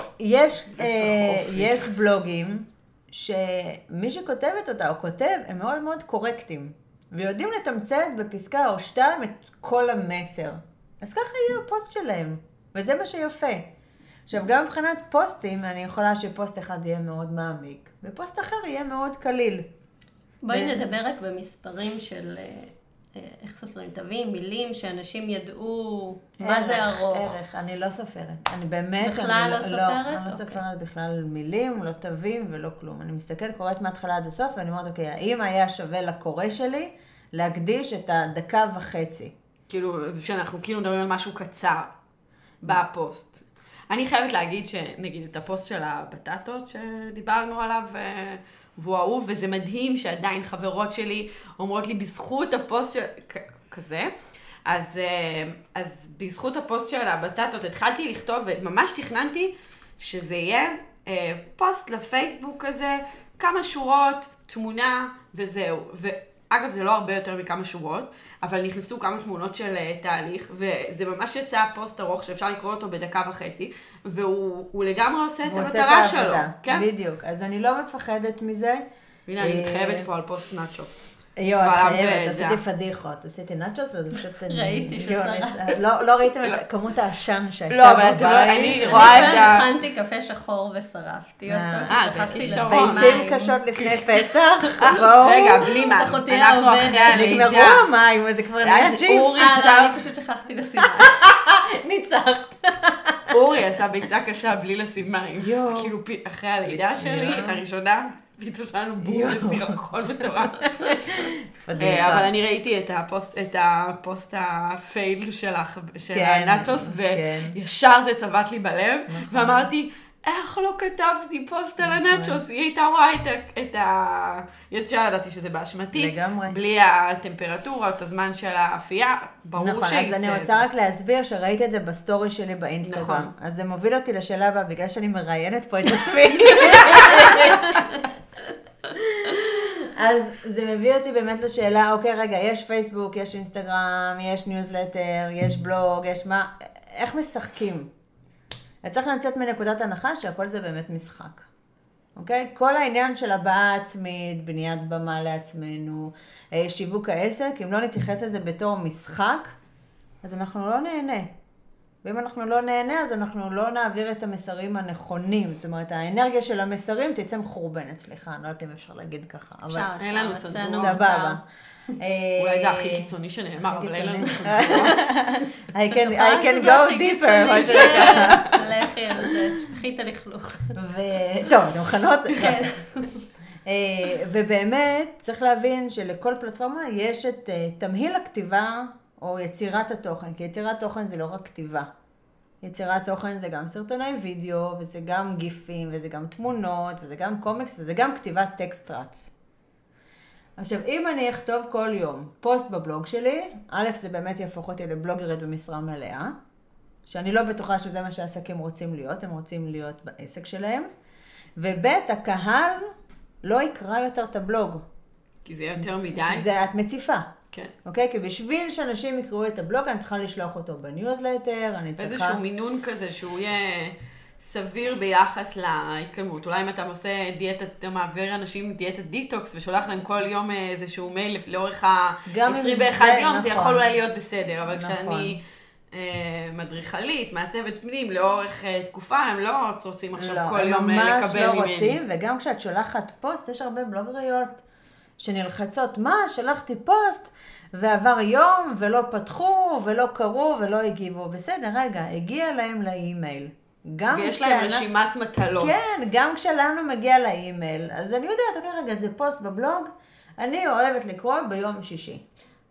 יש בלוגים שמי שכותבת אותה או כותב הם מאוד מאוד קורקטים. ויודעים לתמצת בפסקה או שתיים את כל המסר. אז ככה יהיה הפוסט שלהם. וזה מה שיפה. עכשיו, גם מבחינת פוסטים, אני יכולה שפוסט אחד יהיה מאוד מעמיק, ופוסט אחר יהיה מאוד קליל. בואי נדבר רק במספרים של איך סופרים, תווים, מילים, שאנשים ידעו מה זה ארוך. ערך, אני לא סופרת. אני באמת... בכלל לא סופרת? אני לא סופרת בכלל מילים, לא תווים ולא כלום. אני מסתכלת, קוראת מההתחלה עד הסוף, ואני אומרת, אוקיי, האם היה שווה לקורא שלי להקדיש את הדקה וחצי? כאילו, שאנחנו כאילו מדברים על משהו קצר בפוסט. אני חייבת להגיד שנגיד את הפוסט של הבטטות שדיברנו עליו, והוא אהוב, וזה מדהים שעדיין חברות שלי אומרות לי בזכות הפוסט כזה, אז בזכות הפוסט של הבטטות התחלתי לכתוב, וממש תכננתי שזה יהיה פוסט לפייסבוק כזה, כמה שורות, תמונה וזהו. אגב, זה לא הרבה יותר מכמה שורות, אבל נכנסו כמה תמונות של תהליך, וזה ממש יצא פוסט ארוך שאפשר לקרוא אותו בדקה וחצי, והוא לגמרי עושה את המטרה שלו. כן? בדיוק, אז אני לא מפחדת מזה. הנה, אני מתחייבת פה על פוסט נאצ'וס. את חייבת, עשיתי פדיחות, עשיתי נאצ'וס, אז פשוט... ראיתי ששרפת. לא ראיתם את כמות העשן שהייתה לא, אבל אני רואה את ה... אני הכנתי קפה שחור ושרפתי אותו, שכחתי לשים ביצים קשות לפני פסח. רגע, בלי מים. אנחנו אחרי הלידה. נגמרו המים, וזה כבר נהיה צ'יפ. אני פשוט שכחתי לשים מים. ניצחת. אורי עשה ביצה קשה בלי לשים מים. כאילו אחרי הלידה שלי, הראשונה, פתאום שלנו בום וסירחון מטורף. אבל אני ראיתי את הפוסט הפייל של הנאצ'וס, וישר זה צבט לי בלב, ואמרתי, איך לא כתבתי פוסט על הנאצ'וס? היא הייתה רואה את ה... יש ידעתי שזה באשמתי. לגמרי. בלי הטמפרטורה, את הזמן של האפייה, ברור נכון, שייצא. אז אני רוצה רק להסביר שראיתי את זה בסטורי שלי באינסטגרם. נכון. אז זה מוביל אותי לשאלה הבאה, בגלל שאני מראיינת פה את עצמי. אז זה מביא אותי באמת לשאלה, אוקיי, רגע, יש פייסבוק, יש אינסטגרם, יש ניוזלטר, יש בלוג, יש מה, איך משחקים? אז צריך לצאת מנקודת הנחה שהכל זה באמת משחק. אוקיי? כל העניין של הבעה עצמית, בניית במה לעצמנו, שיווק העסק, אם לא נתייחס לזה בתור משחק, אז אנחנו לא נהנה. ואם אנחנו לא נהנה, אז אנחנו לא נעביר את המסרים הנכונים. זאת אומרת, האנרגיה של המסרים תצא מחורבנת, סליחה, אני לא יודעת אם אפשר להגיד ככה. אפשר, אין לנו צנזורה. סבבה. אולי זה הכי קיצוני שנאמר, אבל אין לנו צנזורה. I can go deeper, מה שנקרא. לכי על זה, שפכי את הלכלוך. טוב, אתם מוכנות? כן. ובאמת, צריך להבין שלכל פלטפורמה יש את תמהיל הכתיבה, או יצירת התוכן, כי יצירת תוכן זה לא רק כתיבה. יצירת תוכן זה גם סרטוני וידאו, וזה גם גיפים, וזה גם תמונות, וזה גם קומיקס, וזה גם כתיבת טקסט רץ. עכשיו, אם אני אכתוב כל יום פוסט בבלוג שלי, א', זה באמת יהפוך אותי לבלוגרית במשרה מלאה, שאני לא בטוחה שזה מה שהעסקים רוצים להיות, הם רוצים להיות בעסק שלהם, וב', הקהל לא יקרא יותר את הבלוג. כי זה יותר מדי. זה את מציפה. כן. אוקיי? כי בשביל שאנשים יקראו את הבלוג, אני צריכה לשלוח אותו בניוזלטר, אני צריכה... איזשהו מינון כזה שהוא יהיה סביר ביחס להתקדמות. אולי אם אתה עושה דיאטה, אתה מעביר אנשים דיאטת דיטוקס ושולח להם כל יום איזשהו מייל לאורך ה-21 יום, זה יכול אולי להיות בסדר. אבל כשאני מדריכלית, מעצבת פנים, לאורך תקופה, הם לא רוצים עכשיו כל יום לקבל ממני. ממש לא רוצים, וגם כשאת שולחת פוסט, יש הרבה בלוגריות שנלחצות, מה? שלחתי פוסט, ועבר יום, ולא פתחו, ולא קראו, ולא הגיבו. בסדר, רגע, הגיע להם לאימייל. ויש להם רשימת מטלות. כן, גם כשלנו מגיע לאימייל. אז אני יודעת, אוקיי, רגע, זה פוסט בבלוג, אני אוהבת לקרוא ביום שישי.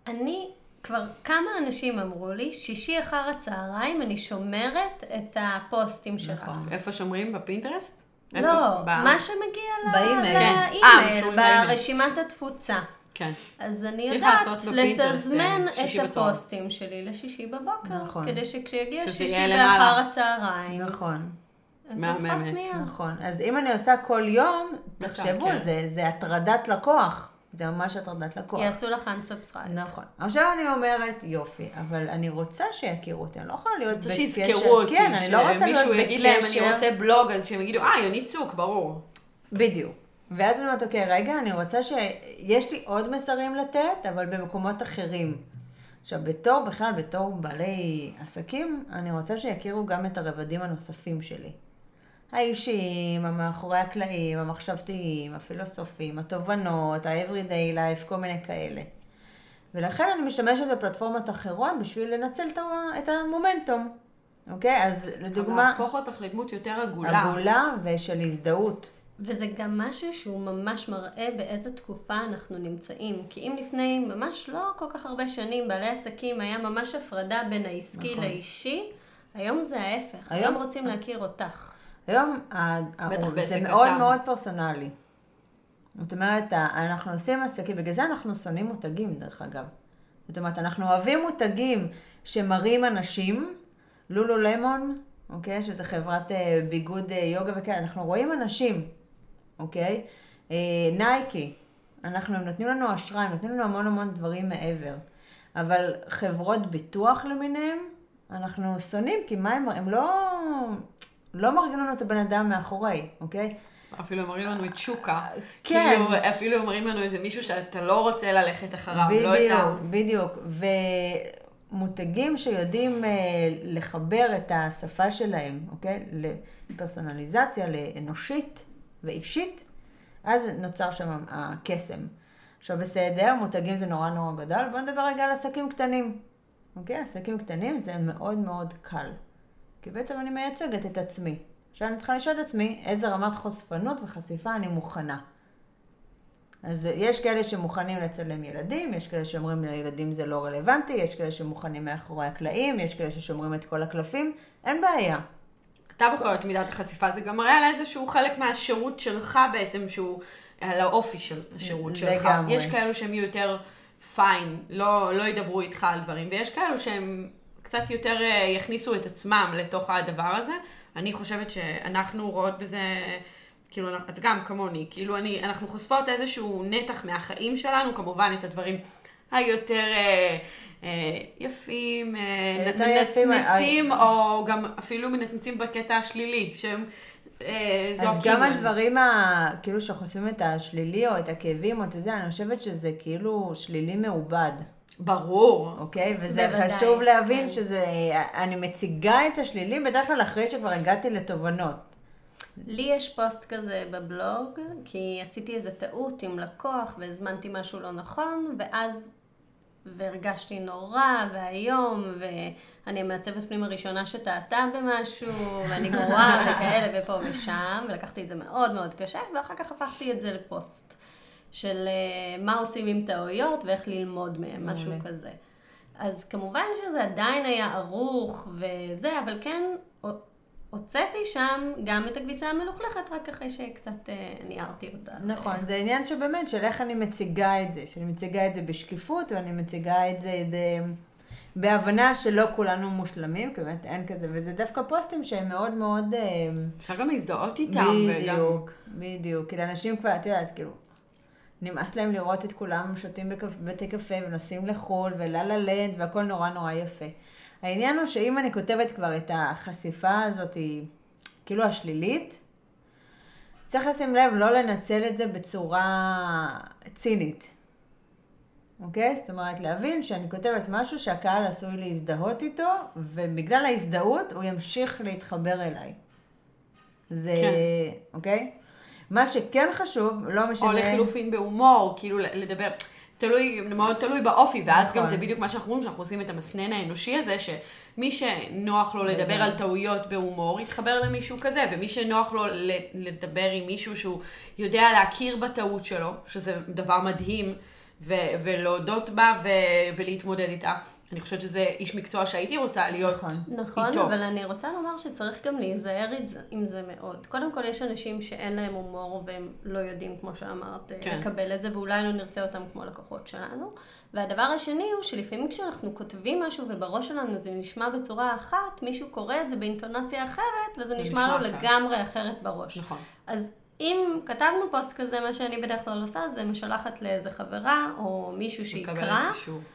כבר כמה אנשים אמרו לי, שישי אחר הצהריים אני שומרת את הפוסטים שלך. איפה שומרים? בפינטרסט? לא, מה שמגיע באימייל, ברשימת התפוצה. כן. אז אני יודעת לתזמן את הפוסטים שלי לשישי בבוקר, כדי שכשיגיע שישי באחר הצהריים. נכון. מהממת. נכון. אז אם אני עושה כל יום, תחשבו, זה הטרדת לקוח. זה ממש הטרדת לקוח. כי יעשו לך unsubscribe. נכון. עכשיו אני אומרת, יופי, אבל אני רוצה שיכירו אותי, אני לא יכולה להיות בקשר. שיזכרו אותי, כן, אני לא רוצה להיות שמישהו יגיד להם, אני רוצה בלוג, אז שהם יגידו, יונית צוק, ברור. בדיוק. ואז אני אומרת, אוקיי, רגע, אני רוצה שיש לי עוד מסרים לתת, אבל במקומות אחרים. עכשיו, בתור בעלי עסקים, אני רוצה שיכירו גם את הרבדים הנוספים שלי. האישיים, המאחורי הקלעים, המחשבתיים, הפילוסופיים, התובנות, ה-everyday life, כל מיני כאלה. ולכן אני משתמשת בפלטפורמות אחרות בשביל לנצל את המומנטום. אוקיי? אז לדוגמה... להפוך אותך לדמות יותר עגולה. עגולה ושל הזדהות. וזה גם משהו שהוא ממש מראה באיזו תקופה אנחנו נמצאים. כי אם לפני ממש לא כל כך הרבה שנים, בעלי עסקים היה ממש הפרדה בין העסקי לאישי, היום זה ההפך. היום רוצים להכיר אותך. היום זה מאוד מאוד פרסונלי. זאת אומרת, אנחנו עושים עסקים, בגלל זה אנחנו שונאים מותגים דרך אגב. זאת אומרת, אנחנו אוהבים מותגים שמראים אנשים, לולו למון, אוקיי? שזה חברת ביגוד יוגה וכאלה, אנחנו רואים אנשים, אוקיי? נייקי, הם נותנים לנו אשראי, הם נותנים לנו המון המון דברים מעבר. אבל חברות ביטוח למיניהם, אנחנו שונאים, כי מה הם לא מראים לנו את הבן אדם מאחורי, אוקיי? אפילו מראים לנו את שוקה. כן. כאילו, אפילו מראים לנו איזה מישהו שאתה לא רוצה ללכת אחריו, לא את ה... בדיוק. ומותגים שיודעים לחבר את השפה שלהם, אוקיי? לפרסונליזציה, לאנושית ואישית, אז נוצר שם הקסם. עכשיו בסדר, מותגים זה נורא נורא גדול, בואו נדבר רגע על עסקים קטנים. אוקיי? עסקים קטנים זה מאוד מאוד קל. כי בעצם אני מייצגת את עצמי. עכשיו אני צריכה לשאול את עצמי איזה רמת חושפנות וחשיפה אני מוכנה. אז יש כאלה שמוכנים לצלם ילדים, יש כאלה שאומרים לילדים זה לא רלוונטי, יש כאלה שמוכנים מאחורי הקלעים, יש כאלה ששומרים את כל הקלפים, אין בעיה. אתה בוחר את מידת החשיפה, זה גם מראה על איזשהו חלק מהשירות שלך בעצם, שהוא על האופי של השירות שלך. לגמרי. יש כאלו שהם יהיו יותר פיין, לא ידברו איתך על דברים, ויש כאלו שהם קצת יותר יכניסו את עצמם לתוך הדבר הזה. אני חושבת שאנחנו רואות בזה, כאילו, את גם כמוני, כאילו אנחנו חושפות איזשהו נתח מהחיים שלנו, כמובן את הדברים היותר יפים, נצנצים, או גם אפילו מנצנצים בקטע השלילי, שהם אז גם הדברים כאילו שחושפים את השלילי או את הכאבים או את זה, אני חושבת שזה כאילו שלילי מעובד. ברור. אוקיי? וזה חשוב להבין שזה, אני מציגה את השלילי בדרך כלל אחרי שכבר הגעתי לתובנות. לי יש פוסט כזה בבלוג, כי עשיתי איזו טעות עם לקוח והזמנתי משהו לא נכון, ואז והרגשתי נורא, והיום, ואני המעצבת פנים הראשונה שטעתה במשהו, ואני גרועה וכאלה ופה ושם, ולקחתי את זה מאוד מאוד קשה, ואחר כך הפכתי את זה לפוסט של מה עושים עם טעויות ואיך ללמוד מהם, משהו כזה. אז כמובן שזה עדיין היה ערוך וזה, אבל כן הוצאתי שם גם את הכביסה המלוכלכת, רק אחרי שקצת ניירתי אותה. נכון, זה עניין שבאמת, של איך אני מציגה את זה, שאני מציגה את זה בשקיפות, ואני מציגה את זה בהבנה שלא כולנו מושלמים, כי באמת אין כזה, וזה דווקא פוסטים שהם מאוד מאוד... אפשר גם להזדהות איתם. בדיוק, כי לאנשים כבר, את יודעת, כאילו, נמאס להם לראות את כולם שותים בבתי קפה ונוסעים לחול וללנד והכל נורא נורא יפה. העניין הוא שאם אני כותבת כבר את החשיפה הזאת, כאילו השלילית, צריך לשים לב לא לנצל את זה בצורה צינית. אוקיי? זאת אומרת, להבין שאני כותבת משהו שהקהל עשוי להזדהות איתו, ובגלל ההזדהות הוא ימשיך להתחבר אליי. זה, כן. אוקיי? מה שכן חשוב, לא משנה... או לחילופין בהומור, כאילו לדבר... מאוד תלוי באופי, ואז נכון. גם זה בדיוק מה שאנחנו אומרים, שאנחנו עושים את המסנן האנושי הזה, שמי שנוח לו לדבר על טעויות בהומור, יתחבר למישהו כזה, ומי שנוח לו לדבר עם מישהו שהוא יודע להכיר בטעות שלו, שזה דבר מדהים, ולהודות בה ולהתמודד איתה. אני חושבת שזה איש מקצוע שהייתי רוצה להיות נכון, איתו. אבל אני רוצה לומר שצריך גם להיזהר עם זה מאוד. קודם כל יש אנשים שאין להם הומור והם לא יודעים, כמו שאמרת, לקבל את זה, ואולי לא נרצה אותם כמו לקוחות שלנו. והדבר השני הוא שלפעמים כשאנחנו כותבים משהו ובראש שלנו זה נשמע בצורה אחת, מישהו קורא את זה באינטונציה אחרת, וזה נשמע לו לגמרי אחרת בראש. נכון. אז אם כתבנו פוסט כזה, מה שאני בדרך כלל עושה, זה משלחת לאיזה חברה או מישהו שיקרא.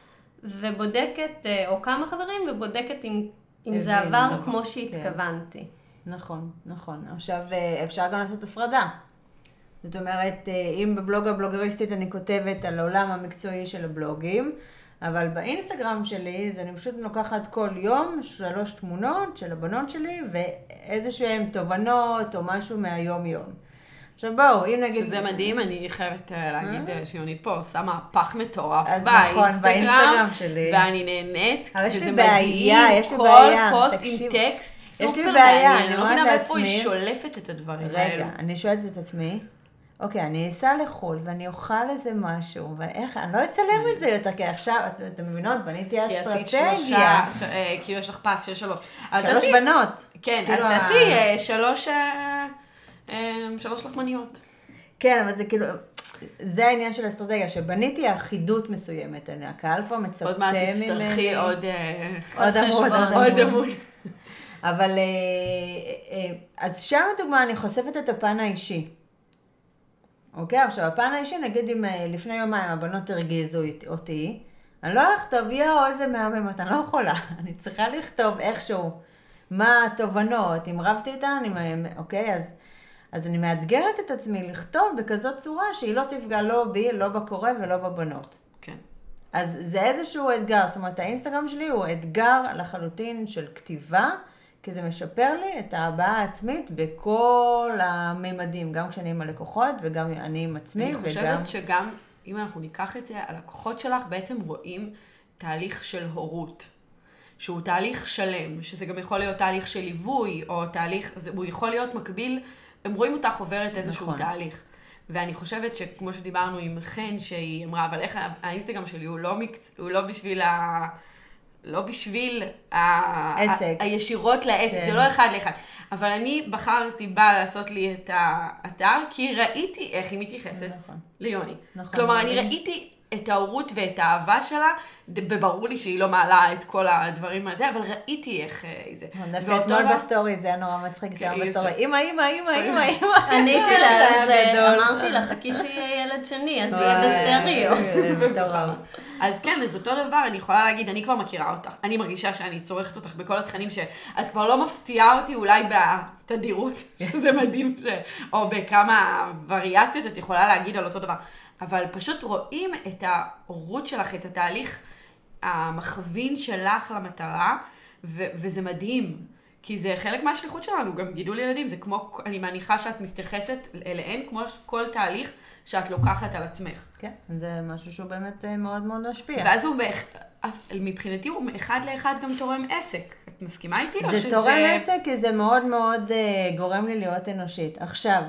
ובודקת, או כמה חברים, ובודקת אם זה עבר כמו שהתכוונתי. נכון, נכון. עכשיו אפשר גם לעשות הפרדה. זאת אומרת, אם בבלוג הבלוגריסטית אני כותבת על העולם המקצועי של הבלוגים, אבל באינסטגרם שלי, זה אני פשוט לוקחת כל יום 3 תמונות של הבנות שלי, ואיזשהם תובנות או משהו מהיום יום. עכשיו בואו, אם נגיד... שזה מדהים, אני חייבת להגיד שיוני פה, שמה פח מטורף באינסטגרם שלי. ואני נהנית, וזה מדהים, כל פוסט עם טקסט סופר מעניין, אני לא מבינה מאיפה היא שולפת את הדברים האלו. רגע, אני שואלת את עצמי, אוקיי, אני אסע לחול ואני אוכל איזה משהו, ואיך, אני לא אצלם את זה יותר, כי עכשיו, אתם מבינות, בניתי אסטרטגיה. כי עשית 3, כאילו יש לך פס של 3. 3 בנות. כן, אז תעשי 3 לחמניות. כן, אבל זה כאילו, זה העניין של האסטרטגיה, שבניתי אחידות מסוימת, הקהל כבר מצפה ממני. עוד מעט תצטרכי עוד עמוד. אבל, אז שם הדוגמה, אני חושפת את הפן האישי. אוקיי, עכשיו, הפן האישי, נגיד אם לפני יומיים הבנות הרגיזו אותי, אני לא אכתוב, איזה מהממת, אני לא יכולה. אני צריכה לכתוב איכשהו מה התובנות, אם רבתי איתן, אוקיי, אז אני מאתגרת את עצמי לכתוב בכזאת צורה שהיא לא תפגע לא בי, לא בקורא ולא בבנות. כן. אז זה איזשהו אתגר, זאת אומרת, האינסטגרם שלי הוא אתגר לחלוטין של כתיבה, כי זה משפר לי את ההבעה העצמית בכל הממדים, גם כשאני עם הלקוחות וגם אני עם עצמי. אני חושבת שגם, אם אנחנו ניקח את זה, הלקוחות שלך בעצם רואים תהליך של הורות. שהוא תהליך שלם, שזה גם יכול להיות תהליך של ליווי, או תהליך, הוא יכול להיות מקביל, הם רואים אותך עוברת איזשהו תהליך. ואני חושבת שכמו שדיברנו עם חן, שהיא אמרה, אבל איך האינסטגרם שלי הוא לא בשביל לא בשביל הישירות לעסק, זה לא אחד לאחד. אבל אני בחרתי בה לעשות לי את האתר, כי ראיתי איך היא מתייחסת ליוני. כלומר, אני ראיתי את ההורות ואת האהבה שלה, וברור לי שהיא לא מעלה את כל הדברים הזה, אבל ראיתי איך זה. דווקא אתמול בסטורי, זה היה נורא מצחיק, זה היה בסטורי, אמא. עניתי לה, אמרתי לה, חכי שיהיה ילד שני, אז יהיה בסטריאו. אז כן, אז אותו דבר, אני יכולה להגיד, אני כבר מכירה אותך, אני מרגישה שאני צורכת אותך בכל התכנים, שאת כבר לא מפתיעה אותי אולי בתדירות, שזה מדהים, או בכמה וריאציות שאת יכולה להגיד על אותו דבר. אבל פשוט רואים את ההורות שלך, את התהליך המכווין שלך למטרה, וזה מדהים, כי זה חלק מהשליחות שלנו, גם גידול ילדים, זה כמו, אני מניחה שאת מתייחסת אליהן, כמו כל תהליך שאת לוקחת על עצמך. כן, זה משהו שהוא באמת מאוד מאוד משפיע. ואז הוא, מבחינתי, הוא אחד לאחד גם תורם עסק. את מסכימה איתי? זה תורם עסק, כי זה מאוד מאוד גורם לי להיות אנושית. עכשיו,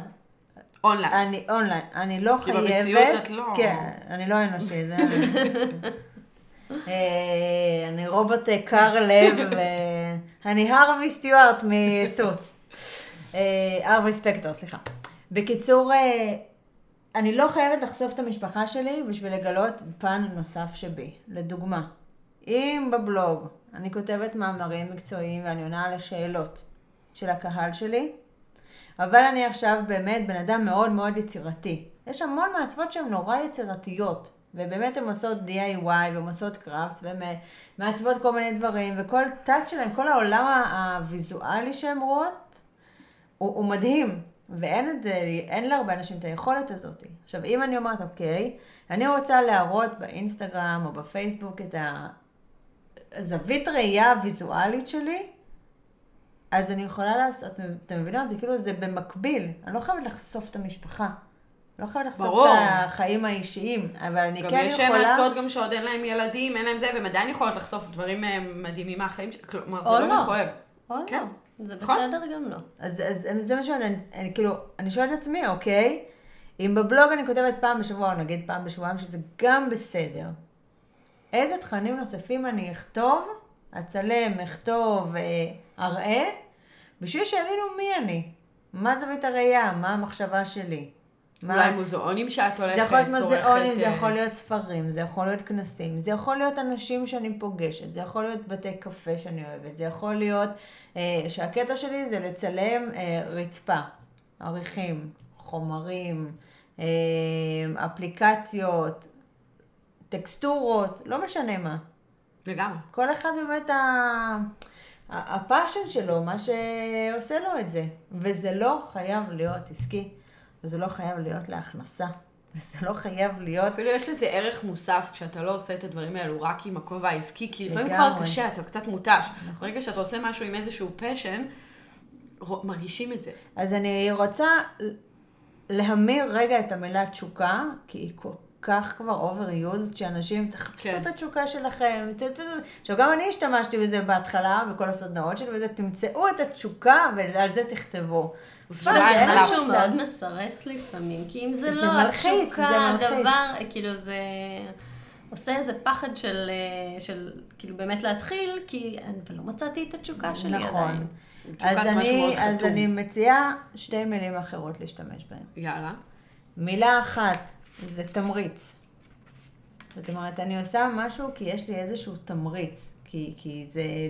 אונליין. אני לא חייבת. כי במציאות את לא. כן, אני לא אנושית. אני רובוט קר לב, ואני הרווי סטיוארט מסוץ. הרווי ספקטור, סליחה. בקיצור, אני לא חייבת לחשוף את המשפחה שלי בשביל לגלות פן נוסף שבי. לדוגמה, אם בבלוג אני כותבת מאמרים מקצועיים ואני עונה על השאלות של הקהל שלי, אבל אני עכשיו באמת בן אדם מאוד מאוד יצירתי. יש המון מעצבות שהן נורא יצירתיות, ובאמת הן עושות DIY והן עושות קראפט, והן מעצבות כל מיני דברים, וכל טאץ' שלהם, כל העולם הוויזואלי שהן רואות, הוא מדהים. ואין את זה, אין להרבה אנשים את היכולת הזאת. עכשיו, אם אני אומרת, אוקיי, אני רוצה להראות באינסטגרם או בפייסבוק את הזווית ראייה הוויזואלית שלי, אז אני יכולה לעשות, אתם מבינים? זה כאילו, זה במקביל. אני לא חייבת לחשוף את המשפחה. אני לא חייבת לחשוף את החיים האישיים, אבל אני כן יכולה... גם יש מעצבות גם שעוד אין להם ילדים, אין להם זה, והם עדיין יכולות לחשוף דברים מדהימים מהחיים, כלומר, זה לא מחויב. או לא. זה בסדר גם לא. אז זה מה שאני, כאילו, אני שואלת את עצמי, אוקיי, אם בבלוג אני כותבת פעם בשבוע, או נגיד פעם בשבועיים, שזה גם בסדר, איזה תכנים נוספים אני אכתוב, אצלם, אכתוב, אראה, בשביל שיבינו מי אני, מה זווית הראייה, מה המחשבה שלי. אולי מוזיאונים שאת הולכת, זה יכול להיות מוזיאונים, זה יכול להיות ספרים, זה יכול להיות כנסים, זה יכול להיות אנשים שאני פוגשת, זה יכול להיות בתי קפה שאני אוהבת, זה יכול להיות שהקטע שלי זה לצלם רצפה, עריכים, חומרים, אפליקציות, טקסטורות, לא משנה מה. לגמרי. כל אחד באמת הפאשן שלו, מה שעושה לו את זה. וזה לא חייב להיות עסקי, וזה לא חייב להיות להכנסה. וזה לא חייב להיות... אפילו יש לזה ערך מוסף כשאתה לא עושה את הדברים האלו רק עם הכובע העסקי, כי לפעמים כבר קשה, אתה קצת מותש. ברגע שאתה עושה משהו עם איזשהו פשן, מרגישים את זה. אז אני רוצה להמיר רגע את המילה תשוקה, כי היא כל כך כבר overused, שאנשים תחפשו את התשוקה שלכם. עכשיו גם אני השתמשתי בזה בהתחלה, בכל הסדנאות שלי, וזה תמצאו את התשוקה ועל זה תכתבו. זה משהו מאוד מסרס לפעמים, כי אם זה לא התשוקה, הדבר, כאילו זה עושה איזה פחד של כאילו באמת להתחיל, כי אני לא מצאתי את התשוקה שלי עדיין. אז אני מציעה 2 מילים אחרות להשתמש בהן. יאללה. מילה אחת, זה תמריץ. זאת אומרת, אני עושה משהו כי יש לי איזשהו תמריץ, כי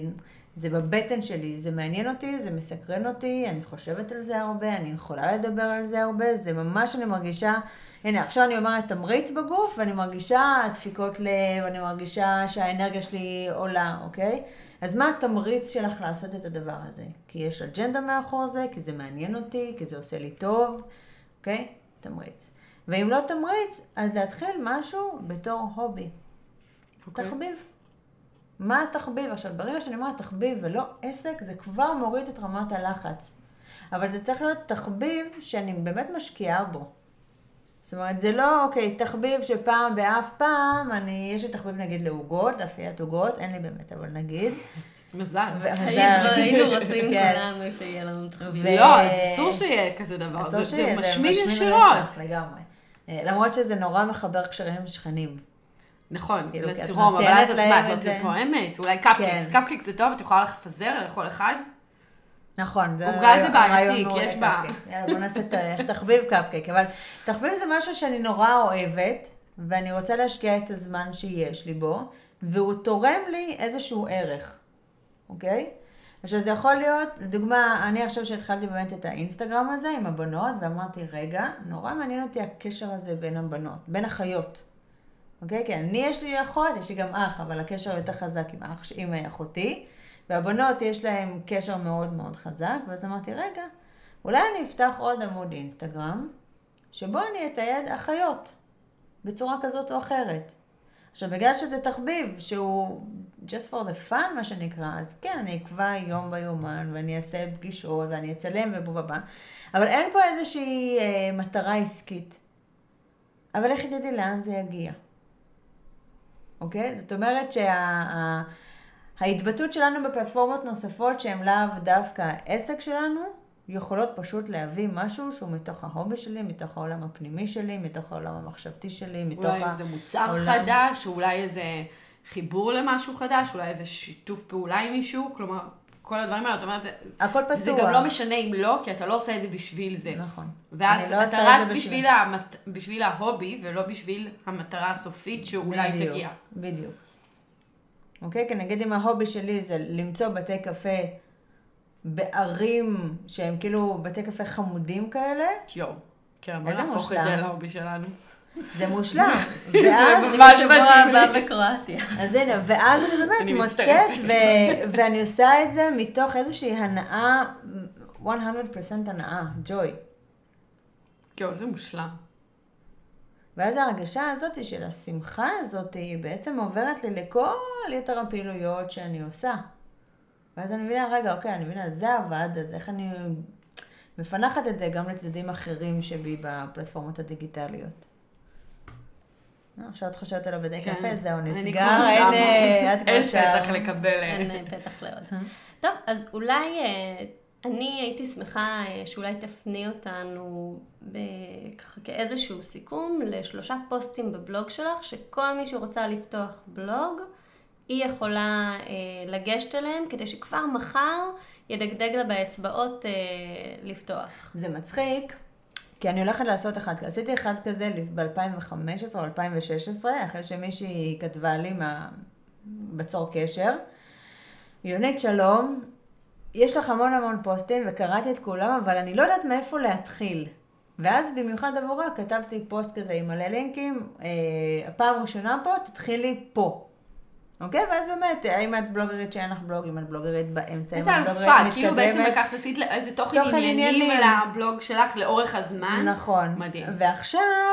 זה בבטן שלי, זה מעניין אותי, זה מסקרן אותי, אני חושבת על זה הרבה, אני יכולה לדבר על זה הרבה, זה ממש אני מרגישה, הנה עכשיו אני אומרת תמריץ בגוף, ואני מרגישה דפיקות לב, אני מרגישה שהאנרגיה שלי עולה, אוקיי? אז מה התמריץ שלך לעשות את הדבר הזה? כי יש אג'נדה מאחור זה, כי זה מעניין אותי, כי זה עושה לי טוב, אוקיי? תמריץ. ואם לא תמריץ, אז להתחיל משהו בתור הובי. תחביב. מה התחביב? עכשיו, ברגע שאני אומרת תחביב ולא עסק, זה כבר מוריד את רמת הלחץ. אבל זה צריך להיות תחביב שאני באמת משקיעה בו. זאת אומרת, זה לא, אוקיי, תחביב שפעם באף פעם, יש לי תחביב נגיד לעוגות, לאפיית עוגות, אין לי באמת, אבל נגיד. מזל. היינו רוצים כולנו שיהיה לנו תחביב. לא, אז אסור שיהיה כזה דבר, זה משמיד ישירות. לגמרי. למרות שזה נורא מחבר קשרים עם שכנים. נכון, לתרום, אבל אז את לא תתואמת, אולי קפקיקס. קפקיקס זה טוב, את יכולה לפזר לכל אחד. נכון, עוגה זה בעייתי, כי יש בה. יאללה, בוא נעשה תחביב קפקיק. אבל תחביב זה משהו שאני נורא אוהבת, ואני רוצה להשקיע את הזמן שיש לי בו, והוא תורם לי איזשהו ערך. אוקיי? עכשיו זה יכול להיות, לדוגמה, אני עכשיו שהתחלתי באמת את האינסטגרם הזה עם הבנות, ואמרתי, רגע, נורא מעניין אותי הקשר הזה בין הבנות, בין החיות. אוקיי? כי אני יש לי אחות, יש לי גם אח, אבל הקשר יותר חזק עם אחותי, והבנות יש להם קשר מאוד מאוד חזק, ואז אמרתי, רגע, אולי אני אפתח עוד עמוד אינסטגרם, שבו אני אתייד אחיות, בצורה כזאת או אחרת. עכשיו, בגלל שזה תחביב, שהוא just for the fun, מה שנקרא, אז כן, אני אקבע יום ביומן, ואני אעשה פגישות, ואני אצלם ובובבה, אבל אין פה איזושהי מטרה עסקית. אבל איך ידעתי לאן זה יגיע? אוקיי? זאת אומרת ההתבטאות שלנו בפלטפורמות נוספות שהן לאו דווקא העסק שלנו, יכולות פשוט להביא משהו שהוא מתוך ההובי שלי, מתוך העולם הפנימי שלי, מתוך העולם המחשבתי שלי, מתוך אולי אם זה מוצר חדש, אולי איזה חיבור למשהו חדש, אולי איזה שיתוף פעולה עם מישהו, כלומר, כל הדברים האלה, זאת אומרת, הכל פתוח. זה גם לא משנה אם לא, כי אתה לא עושה את זה בשביל זה. נכון. ואז אתה רץ בשביל ההובי, ולא בשביל המטרה הסופית שאולי תגיע. בדיוק. אוקיי? כי נגיד אם ההובי שלי זה למצוא בתי קפה בערים שהם כאילו בתי קפה חמודים כאלה. יואו. כן, בוא נהפוך את זה להובי שלנו. זה מושלם. ואז ממש בשבוע הבא בקרואטיה. אז הנה, ואז אני באמת מוצאת, ואני עושה את זה מתוך איזושהי הנאה, 100% הנאה, ג'וי. יואו, זה מושלם. ואז ההרגשה הזאת של השמחה הזאת, היא בעצם עוברת לי לכל יתר הפעילויות שאני עושה. ואז אני מבינה, רגע, אוקיי, אני מבינה, זה עבד, אז איך אני מפנחת את זה גם לצדדים אחרים שבי בפלטפורמות הדיגיטליות. עכשיו את חושבת עליו בדי קפה, זהו נסגר, הנה, את כבר שם. אין פתח לקבל. אין פתח לעוד. טוב, אז אולי אני הייתי שמחה שאולי תפני אותנו ככה כאיזשהו סיכום ל3 פוסטים בבלוג שלך, שכל מי שרוצה לפתוח בלוג, היא יכולה לגשת אליהם, כדי שכבר מחר ידגדג לה באצבעות לפתוח. זה מצחיק. כי אני הולכת לעשות אחד, עשיתי אחד כזה ב-2015 או 2016, אחרי שמישהי כתבה לי בצור קשר. יונית שלום, יש לך המון פוסטים וקראתי את כולם, אבל אני לא יודעת מאיפה להתחיל. ואז במיוחד עבורה כתבתי פוסט כזה עם מלא לינקים, הפעם הראשונה פה, תתחילי פה. אוקיי? ואז באמת, האם את בלוגרית שאין לך בלוג, אם את בלוגרית באמצע, אם את בלוגרית מתקדמת. כאילו בעצם לקחת, עשית איזה תוכן עניינים לבלוג שלך לאורך הזמן. נכון. מדהים. ועכשיו,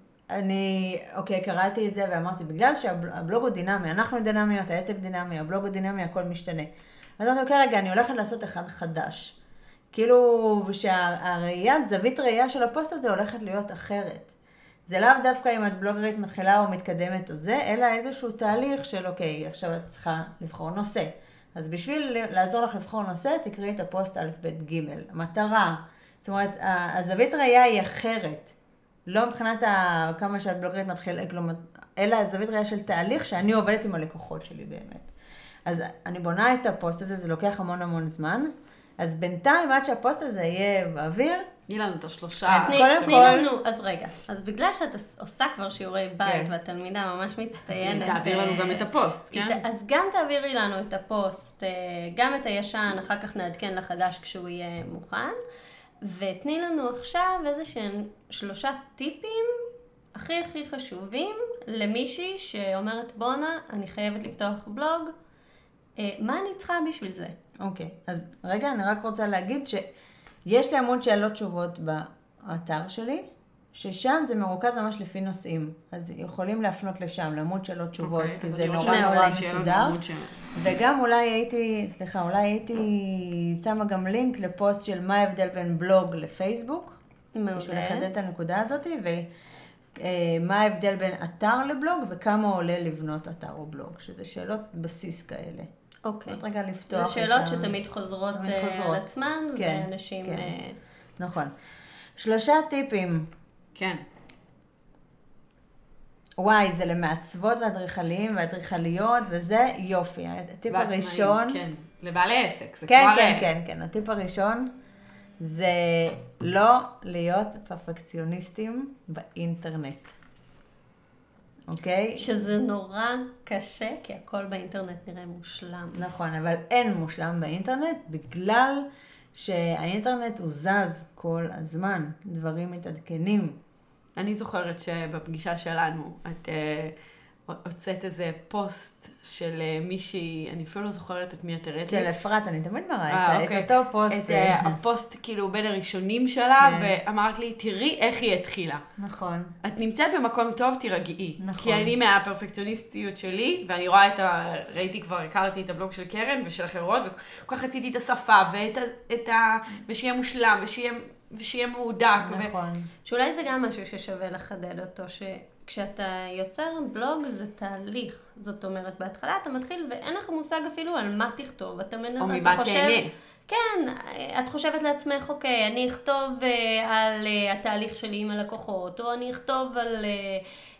אני, אוקיי, קראתי את זה ואמרתי, בגלל שהבלוג הוא דינמי, אנחנו דינמיות, העסק דינמי, הבלוג הוא דינמי, הכל משתנה. אז אמרתי, אוקיי, רגע, אני הולכת לעשות אחד חדש. כאילו, שהראיית, זווית ראייה של הפוסט הזה הולכת להיות אחרת. זה לאו דווקא אם את בלוגרית מתחילה או מתקדמת או זה, אלא איזשהו תהליך של אוקיי, עכשיו את צריכה לבחור נושא. אז בשביל לעזור לך לבחור נושא, תקראי את הפוסט א' ב' ג'. המטרה, זאת אומרת, הזווית ראייה היא אחרת. לא מבחינת כמה שאת בלוגרית מתחילה, כלומר, אלא הזווית ראייה של תהליך שאני עובדת עם הלקוחות שלי באמת. אז אני בונה את הפוסט הזה, זה לוקח המון זמן. אז בינתיים, עד שהפוסט הזה יהיה באוויר, תני לנו את ה3. תני לנו, אז רגע, אז בגלל שאת עושה כבר שיעורי בית, והתלמידה ממש מצטיינת. תעביר לנו גם את הפוסט, כן? אז גם תעבירי לנו את הפוסט, גם את הישן, אחר כך נעדכן לחדש כשהוא יהיה מוכן, ותני לנו עכשיו איזשהם 3 טיפים הכי חשובים למישהי שאומרת בונה, אני חייבת לפתוח בלוג, מה אני צריכה בשביל זה? אוקיי, אז רגע, אני רק רוצה להגיד שיש לי עמוד שאלות תשובות באתר שלי, ששם זה מרוכז ממש לפי נושאים. אז יכולים להפנות לשם, לעמוד שאלות תשובות, כי זה נורא מסודר. וגם אולי הייתי שמה גם לינק לפוסט של מה ההבדל בין בלוג לפייסבוק, בשביל לחדד את הנקודה הזאת, ומה ההבדל בין אתר לבלוג, וכמה עולה לבנות אתר או בלוג, שזה שאלות בסיס כאלה. אוקיי. עוד רגע לפתוח. זה שאלות שתמיד חוזרות על עצמן, ואנשים... נכון. 3 טיפים. כן. וואי, זה למעצבות והאדריכלים והאדריכליות, וזה יופי. הטיפ הראשון... כן, לבעלי עסק. כן. הטיפ הראשון זה לא להיות פרפקציוניסטים באינטרנט. אוקיי? שזה נורא קשה, כי הכל באינטרנט נראה מושלם. נכון, אבל אין מושלם באינטרנט, בגלל שהאינטרנט הוא זז כל הזמן, דברים מתעדכנים. אני זוכרת שבפגישה שלנו, את הוצאת איזה פוסט של מישהי, אני אפילו לא זוכרת את מי את הראית. של אפרת, אני תמיד מראה את אותו פוסט. את הפוסט כאילו בין הראשונים שלה, ואמרת לי, תראי איך היא התחילה. נכון. את נמצאת במקום טוב, תירגעי. נכון. כי אני מהפרפקציוניסטיות שלי, ואני רואה ראיתי כבר, הכרתי את הבלוג של קרן ושל אחרות, וכל כך רציתי את השפה, ושיהיה מושלם, ושיהיה מהודק. נכון. שאולי זה גם משהו ששווה לחדד אותו, כשאתה יוצר בלוג זה תהליך, זאת אומרת, בהתחלה אתה מתחיל ואין לך מושג אפילו על מה תכתוב, או ממה תהנה. כן, את חושבת לעצמך, אוקיי, אני אכתוב על התהליך שלי עם הלקוחות, או אני אכתוב על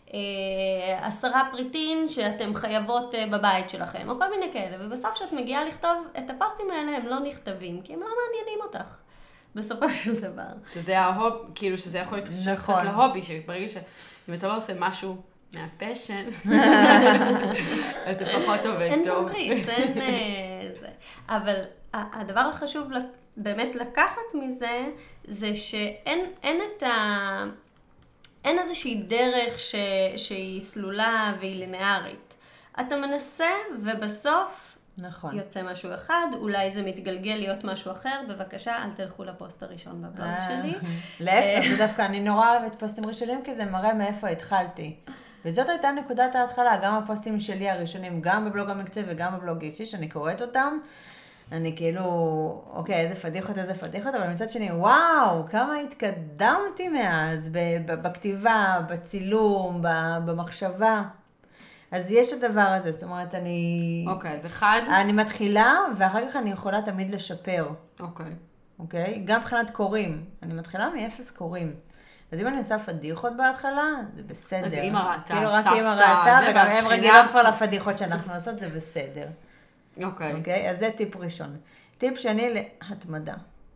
10 פריטים שאתם חייבות בבית שלכם, או כל מיני כאלה, ובסוף שאת מגיעה לכתוב את הפוסטים האלה, הם לא נכתבים, כי הם לא מעניינים אותך, בסופו של דבר. שזה כאילו שזה יכול להיות קצת להובי, שברגע שאם אתה לא עושה משהו מהפשן, אז זה פחות עובד טוב. אין תמריץ, אין זה. אבל הדבר החשוב באמת לקחת מזה, זה שאין אין איזושהי דרך שהיא סלולה והיא לינארית. אתה מנסה ובסוף יוצא משהו אחד, אולי זה מתגלגל להיות משהו אחר, בבקשה אל תלכו לפוסט הראשון בבלוג שלי. להפך, זה דווקא אני נורא אוהבת פוסטים ראשונים, כי זה מראה מאיפה התחלתי. וזאת הייתה נקודת ההתחלה, גם הפוסטים שלי הראשונים, גם בבלוג המקצועי וגם בבלוג אישי, שאני קוראת אותם. אני כאילו, אוקיי, איזה פדיחות, אבל מצד שני, וואו, כמה התקדמתי מאז, בכתיבה, בצילום, במחשבה. אז יש את הדבר הזה, זאת אומרת, אוקיי, אז אחד. אני מתחילה, ואחר כך אני יכולה תמיד לשפר. אוקיי? גם מבחינת קוראים. אני מתחילה מאפס קוראים. אז אם אני עושה פדיחות בהתחלה, זה בסדר. אז אמא ראתה, כאילו רק סבתא, אמא ראתה, וגם והשכינה. הם רגילות כבר לפדיחות שאנחנו עושות, זה בסדר. אוקיי. אז זה טיפ ראשון. טיפ שני, להתמדה.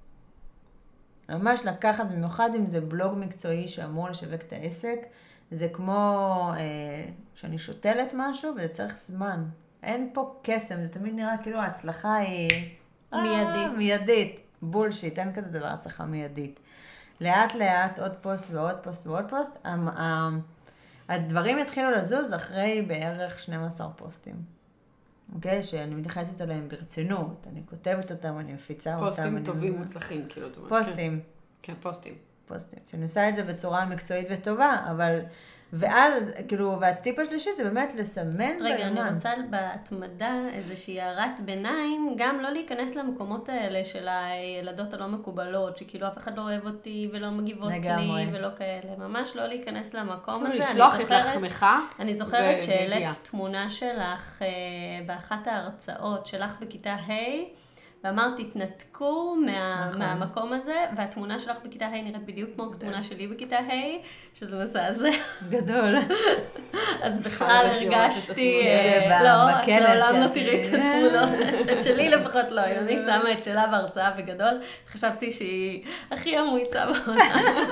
ממש לקחת, במיוחד אם זה בלוג מקצועי שאמור לשווק את העסק, זה כמו שאני שותלת משהו, וזה צריך זמן. אין פה קסם, זה תמיד נראה כאילו ההצלחה היא מיידית. בולשיט, אין כזה דבר, הצלחה מיידית. לאט לאט, עוד פוסט ועוד פוסט ועוד פוסט, הדברים יתחילו לזוז אחרי בערך 12 פוסטים. אוקיי? שאני מתייחסת עליהם ברצינות, אני כותבת אותם, אני מפיצה אותם. פוסטים טובים מוצלחים, כאילו. פוסטים. כן, פוסטים. שאני עושה את זה בצורה מקצועית וטובה, אבל, ואז, כאילו, והטיפ השלישי זה באמת לסמן ביומן. רגע, אני רוצה בהתמדה איזושהי הערת ביניים, גם לא להיכנס למקומות האלה של הילדות הלא מקובלות, שכאילו אף אחד לא אוהב אותי ולא מגיבות לי ולא כאלה. ממש לא להיכנס למקום הזה. לשלוח את לחמך. אני זוכרת שהעלית תמונה שלך באחת ההרצאות שלך בכיתה ה', ואמרת, תתנתקו מהמקום הזה, והתמונה שלך בכיתה ה' נראית בדיוק כמו התמונה שלי בכיתה ה', שזה מזעזע. גדול. אז בכלל הרגשתי, לא, את לעולם לא תראי את התמונות. את שלי לפחות לא, אני שמה את שלה בהרצאה בגדול, חשבתי שהיא הכי המועיצה בעולם.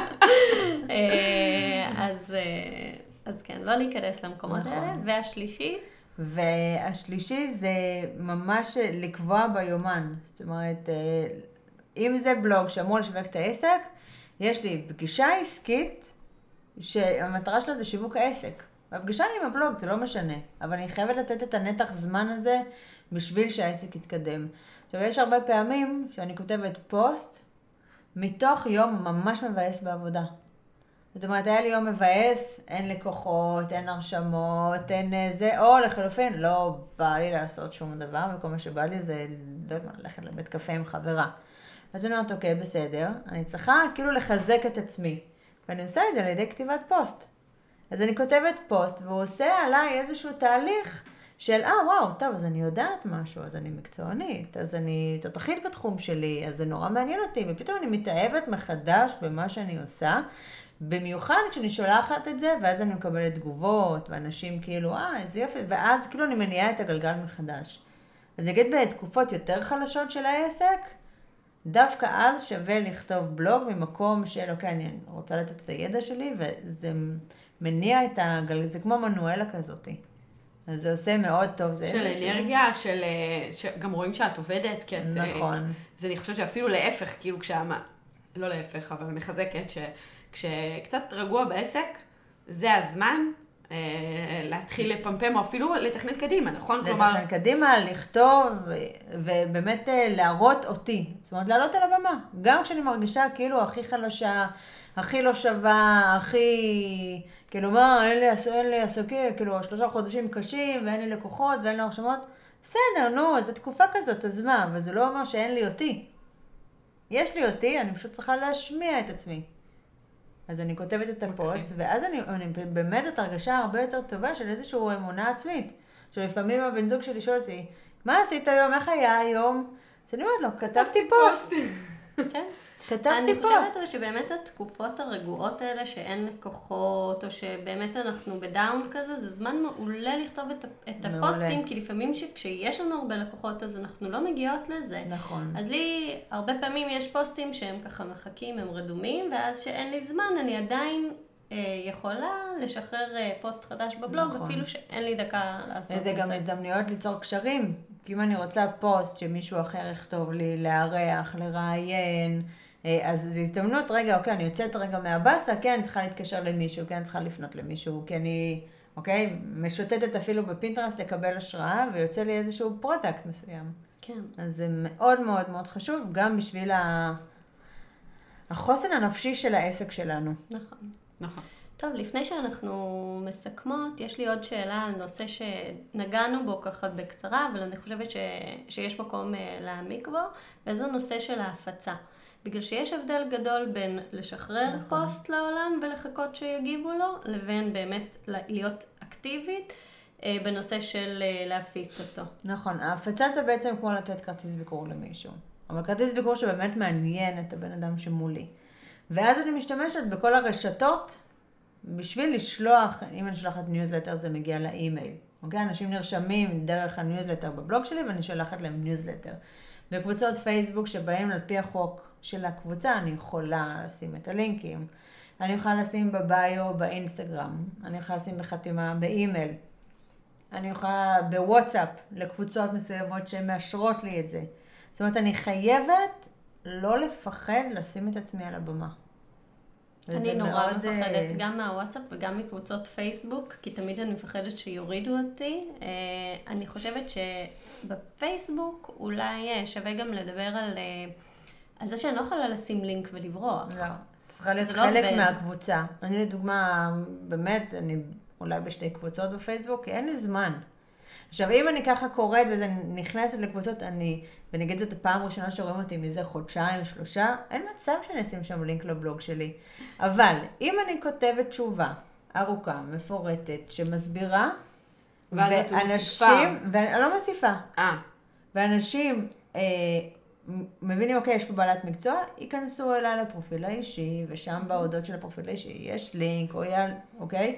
אז כן, לא להיכנס למקומות האלה. והשלישי זה ממש לקבוע ביומן. זאת אומרת, אם זה בלוג שאמור לשווק את העסק, יש לי פגישה עסקית שהמטרה שלה זה שיווק העסק. והפגישה עם הבלוג זה לא משנה, אבל אני חייבת לתת את הנתח זמן הזה בשביל שהעסק יתקדם. עכשיו, יש הרבה פעמים שאני כותבת פוסט מתוך יום ממש מבאס בעבודה. זאת אומרת, היה לי יום מבאס, אין לקוחות, אין הרשמות, אין זה, או לחלופין, לא בא לי לעשות שום דבר, וכל מה שבא לי זה, לא יודעת מה, ללכת לבית קפה עם חברה. אז אני אומרת, אוקיי, בסדר, אני צריכה כאילו לחזק את עצמי, ואני עושה את זה על ידי כתיבת פוסט. אז אני כותבת פוסט, והוא עושה עליי איזשהו תהליך של, וואו, טוב, אז אני יודעת משהו, אז אני מקצוענית, אז אני תותחית בתחום שלי, אז זה נורא מעניין אותי, ופתאום אני מתאהבת מחדש במה שאני עושה, במיוחד כשאני שולחת את זה, ואז אני מקבלת תגובות, ואנשים כאילו, איזה יופי, ואז כאילו אני מניעה את הגלגל מחדש. אז נגיד בתקופות יותר חלשות של העסק, דווקא אז שווה לכתוב בלוג ממקום של, אוקיי, אני רוצה לתת את הידע שלי, וזה מניע את הגלגל, זה כמו מנואלה כזאת. אז זה עושה מאוד טוב. של אנרגיה, גם רואים שאת עובדת, כי את... נכון. זה אני חושבת שאפילו להפך, כאילו לא להפך, אבל מחזקת כשקצת רגוע בעסק, זה הזמן להתחיל לפמפם, או אפילו לתכנן קדימה, נכון? לתכנן קדימה, לכתוב, ובאמת להראות אותי. זאת אומרת, לעלות על הבמה. גם כשאני מרגישה כאילו הכי חלשה, הכי לא שווה, הכי... כאילו מה, אין לי עסקים, כאילו 3 חודשים קשים, ואין לי לקוחות, ואין לי הרשמות. בסדר, נו, זו תקופה כזאת, אז מה? וזה לא אומר שאין לי אותי. יש לי אותי, אני פשוט צריכה להשמיע את עצמי. אז אני כותבת את הפוסט, ואז אני באמת זאת הרגשה הרבה יותר טובה של איזושהי אמונה עצמית. שלפעמים הבן זוג שלי שואל אותי, מה עשית היום? איך היה היום? אז אני אומרת לו, כתבתי פוסט. כתבתי פוסט. אני חושבת שבאמת התקופות הרגועות האלה שאין לקוחות, או שבאמת אנחנו בדאון כזה, זה זמן מעולה לכתוב את הפוסטים, כי לפעמים כשיש לנו הרבה לקוחות, אז אנחנו לא מגיעות לזה. נכון. אז לי, הרבה פעמים יש פוסטים שהם ככה מחכים, הם רדומים, ואז שאין לי זמן, אני עדיין יכולה לשחרר פוסט חדש בבלוג, נכון. אפילו שאין לי דקה לעשות את זה. וזה גם הזדמנויות ליצור קשרים. כי אם אני רוצה פוסט שמישהו אחר יכתוב לי, לארח, לראיין, אז זו הזדמנות, רגע, אוקיי, אני יוצאת רגע מהבאסה, כן, אני צריכה להתקשר למישהו, כן, צריכה לפנות למישהו, כי אני, אוקיי, משוטטת אפילו בפינטרסט לקבל השראה, ויוצא לי איזשהו פרודקט מסוים. כן. אז זה מאוד מאוד מאוד חשוב, גם בשביל החוסן הנפשי של העסק שלנו. נכון. נכון. טוב, לפני שאנחנו מסכמות, יש לי עוד שאלה על נושא שנגענו בו ככה בקצרה, אבל אני חושבת שיש מקום להעמיק בו, וזה נושא של ההפצה. בגלל שיש הבדל גדול בין לשחרר נכון. פוסט לעולם ולחכות שיגיבו לו, לבין באמת להיות אקטיבית בנושא של להפיץ אותו. נכון, ההפצה זה בעצם כמו לתת כרטיס ביקור למישהו. אבל כרטיס ביקור שבאמת מעניין את הבן אדם שמולי. ואז אני משתמשת בכל הרשתות, בשביל לשלוח, אם אני שולחת ניוזלטר זה מגיע לאימייל. אוקיי? אנשים נרשמים דרך הניוזלטר בבלוג שלי ואני שולחת להם ניוזלטר. בקבוצות פייסבוק שבהם על פי החוק של הקבוצה אני יכולה לשים את הלינקים. אני יכולה לשים בביו באינסטגרם. אני יכולה לשים בחתימה באימייל. אני יכולה בוואטסאפ לקבוצות מסוימות שהן מאשרות לי את זה. זאת אומרת, אני חייבת לא לפחד לשים את עצמי על הבמה. אני נורא מפחדת גם מהוואטסאפ וגם מקבוצות פייסבוק, כי תמיד אני מפחדת שיורידו אותי. אני חושבת שבפייסבוק אולי שווה גם לדבר על זה שאני לא יכולה לשים לינק ולברוח. לא, צריכה להיות חלק מהקבוצה. אני לדוגמה, באמת, אני אולי בשתי קבוצות בפייסבוק, כי אין לי זמן. עכשיו, אם אני ככה קוראת וזה נכנסת לקבוצות, ואני אגיד זאת הפעם הראשונה שרואים אותי מזה חודשיים, 3, אין מצב שאני אשים שם לינק לבלוג שלי. אבל אם אני כותבת תשובה ארוכה, מפורטת, שמסבירה, ואני לא מוסיפה. ואנשים מבינים, אוקיי, יש פה בעלת מקצוע, ייכנסו אליי לפרופיל האישי, ושם בהודות של הפרופיל האישי יש לינק, אוקיי?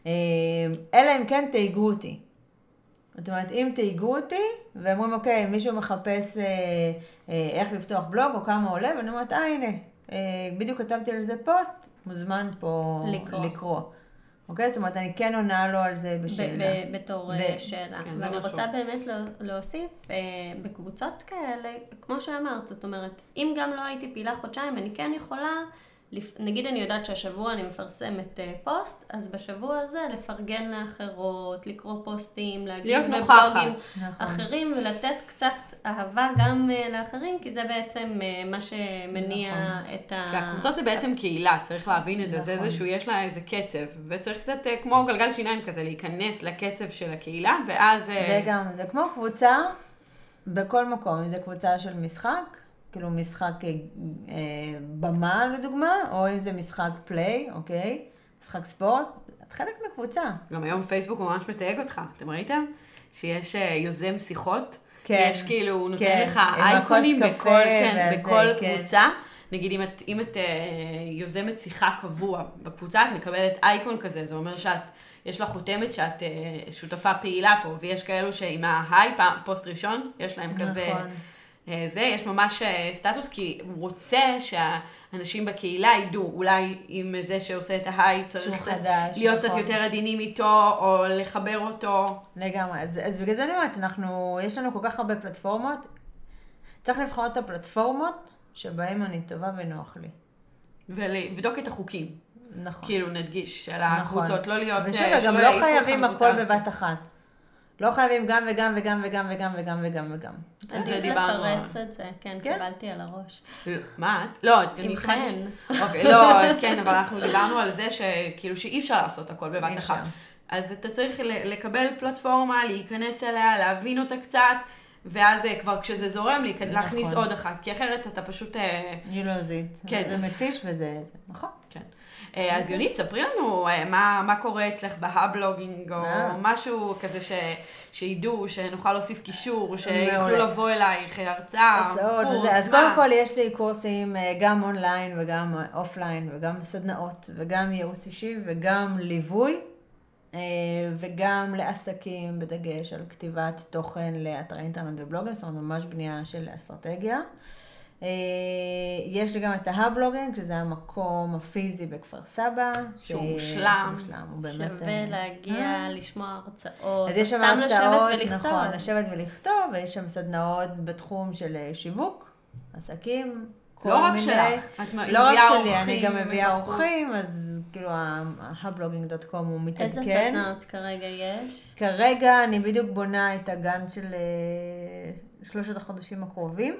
אלא אם כן תייגו אותי. זאת אומרת, אם תייגו אותי, ואומרים, אוקיי, מישהו מחפש איך לפתוח בלוג או כמה עולה, ואני אומרת, הנה, בדיוק כתבתי על זה פוסט, מוזמן פה לקרוא. אוקיי? זאת אומרת, אני כן עונה לו על זה בשאלה. בתור שאלה. ואני רוצה באמת להוסיף, בקבוצות כאלה, כמו שאמרת, זאת אומרת, אם גם לא הייתי פעילה חודשיים, אני כן יכולה, נגיד אני יודעת שהשבוע אני מפרסמת פוסט, אז בשבוע הזה לפרגן לאחרות, לקרוא פוסטים, להגיב בבלוגים אחרים, ולתת קצת אהבה גם לאחרים, כי זה בעצם מה שמניע את כי הקבוצות זה בעצם קהילה, צריך להבין את זה, זה איזשהו, יש לה איזה קצב, וצריך קצת כמו גלגל שיניים כזה, להיכנס לקצב של הקהילה, ואז... זה גם, זה כמו קבוצה בכל מקום, אם זה קבוצה של משחק, כאילו משחק במה לדוגמה, או אם זה משחק פליי, אוקיי? משחק ספורט, את חלק מקבוצה. גם היום פייסבוק ממש מתייג אותך, אתם ראיתם? שיש יוזם שיחות, כן, יש כאילו, הוא נותן לך אייקונים בכל קבוצה. נגיד אם את יוזמת שיחה קבוע בקבוצה, את מקבלת אייקון כזה, זה אומר יש לך חותמת שאת שותפה פעילה פה, ויש כאלו שעם ההיי, פוסט ראשון, יש להם כזה... יש ממש סטטוס, כי הוא רוצה שהאנשים בקהילה ידעו, אולי עם זה שעושה את ההיי צריך להיות קצת יותר עדינים איתו, או לחבר אותו. לגמרי, אז בגלל זה אני אומרת, יש לנו כל כך הרבה פלטפורמות, צריך לבחור את הפלטפורמות שבהן אני טובה ונוח לי. ולבדוק את החוקים. נכון. כאילו נדגיש של הקבוצות, לא להיות... ושוב, גם לא חייבים הכל בבת אחת. לא חייבים גם וגם וגם וגם וגם וגם וגם וגם. עדיף לפרס את זה, כן, קיבלתי על הראש. מה את? לא, אני חייבת... אוקיי, לא, כן, אבל אנחנו דיברנו על זה שכאילו שאי אפשר לעשות הכל בבת אחת. אז אתה צריך לקבל פלטפורמה, להיכנס אליה, להבין אותה קצת, ואז כבר כשזה זורם לי, להכניס עוד אחת, כי אחרת אתה פשוט... ילוזית. כן. זה מתיש וזה, נכון. כן. אז יונית, ספרי לנו מה קורה אצלך בהבלוגינג, או משהו כזה שידעו, שנוכל להוסיף קישור, שיוכלו לבוא אלייך, הרצאה, קורס, מה? אז קודם כל יש לי קורסים גם אונליין וגם אופליין, וגם סדנאות, וגם ייעוץ אישי, וגם ליווי, וגם לעסקים, בדגש על כתיבת תוכן לאתרי אינטרנט ובלוגים, זאת אומרת ממש בנייה של אסטרטגיה. יש לי גם את ההבלוגינג, שזה המקום הפיזי בכפר סבא. שהוא מושלם. שווה להגיע, לשמוע הרצאות, אז סתם לשבת ולכתוב. נכון, לשבת ולכתוב, ויש שם סדנאות בתחום של שיווק, עסקים, לא רק שלך, את לא רק שלי, אני גם מביאה אורחים, אז כאילו ההבלוגינג.com הוא מתעדכן. איזה סדנאות כרגע יש? כרגע אני בדיוק בונה את הגן של 3 החודשים הקרובים.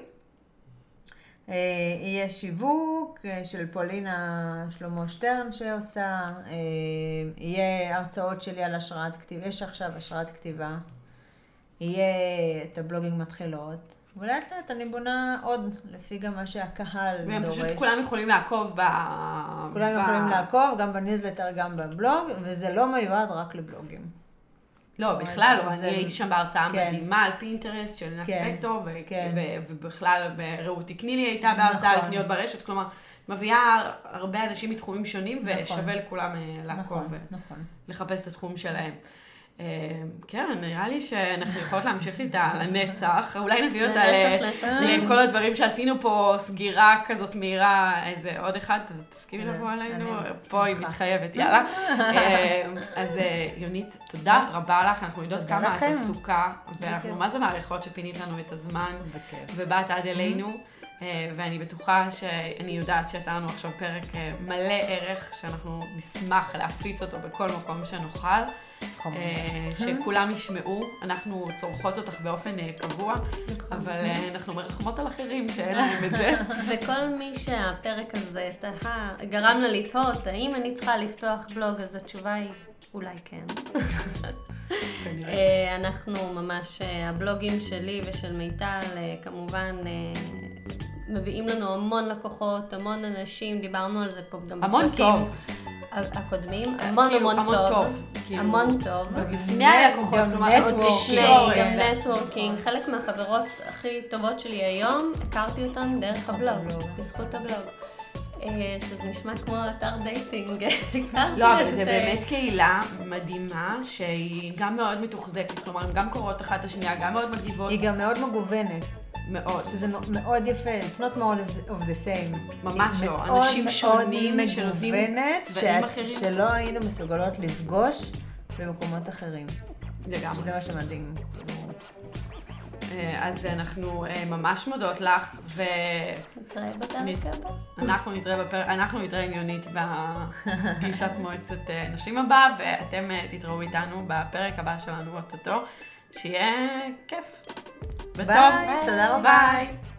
יהיה שיווק של פולינה שלמה שטרן שעושה, יהיה הרצאות שלי על השראת כתיבה, יש עכשיו השראת כתיבה, יהיה את הבלוגינג מתחילות, ולאט לאט אני בונה עוד לפי גם מה שהקהל דורש. והם פשוט כולם יכולים לעקוב כולם יכולים לעקוב, גם בניוזלטר, גם בבלוג, וזה לא מיועד רק לבלוגים. לא, בכלל לא, אני הייתי שם בהרצאה מדהימה על פינטרסט של נת ספקטור, ובכלל ברעות תקני לי הייתה בהרצאה על קניות ברשת, כלומר, מביאה הרבה אנשים מתחומים שונים, ושווה לכולם לעקוב ולחפש את התחום שלהם. כן, נראה לי שאנחנו יכולות להמשיך איתה לנצח, אולי נביא אותה לכל הדברים שעשינו פה, סגירה כזאת מהירה, איזה עוד אחד, תסכימי לבוא עלינו, פה היא מתחייבת, יאללה. אז יונית, תודה רבה לך, אנחנו יודעות כמה את עסוקה, ואנחנו מה זה מעריכות שפינית לנו את הזמן, ובאת עד אלינו. ואני בטוחה שאני יודעת שיצא לנו עכשיו פרק מלא ערך, שאנחנו נשמח להפיץ אותו בכל מקום שנוכל, שכולם ישמעו, אנחנו צורכות אותך באופן קבוע, אבל אנחנו מרחמות על אחרים שאין להם את זה. וכל מי שהפרק הזה גרם לה לתהות, האם אני צריכה לפתוח בלוג, אז התשובה היא אולי כן. אנחנו ממש, הבלוגים שלי ושל מיטל, כמובן, מביאים לנו המון לקוחות, המון אנשים, דיברנו על זה פה גם בפרקים הקודמים, המון טוב, המון טוב. לפני הלקוחות, כלומר, גם נטוורקינג, חלק מהחברות הכי טובות שלי היום, הכרתי אותן דרך הבלוג, בזכות הבלוג. שזה נשמע כמו אתר דייטינג. לא, אבל זה באמת קהילה מדהימה, שהיא גם מאוד מתוחזקת, כלומר, הן גם קוראות אחת השנייה, גם מאוד מגיבות. היא גם מאוד מגוונת. מאוד. שזה מאוד יפה, it's not more of the same. ממש לא, אנשים שונים שנותנים צבעים אחרים. שלא היינו מסוגלות לפגוש במקומות אחרים. לגמרי. שזה מה שמדהים. אז אנחנו ממש מודות לך, נתראה בפרק הבא. אנחנו נתראה עם יונית בפגישת מועצת נשים הבאה, ואתם תתראו איתנו בפרק הבא שלנו אוטוטו, שיהיה כיף. ביי, תודה רבה. ביי.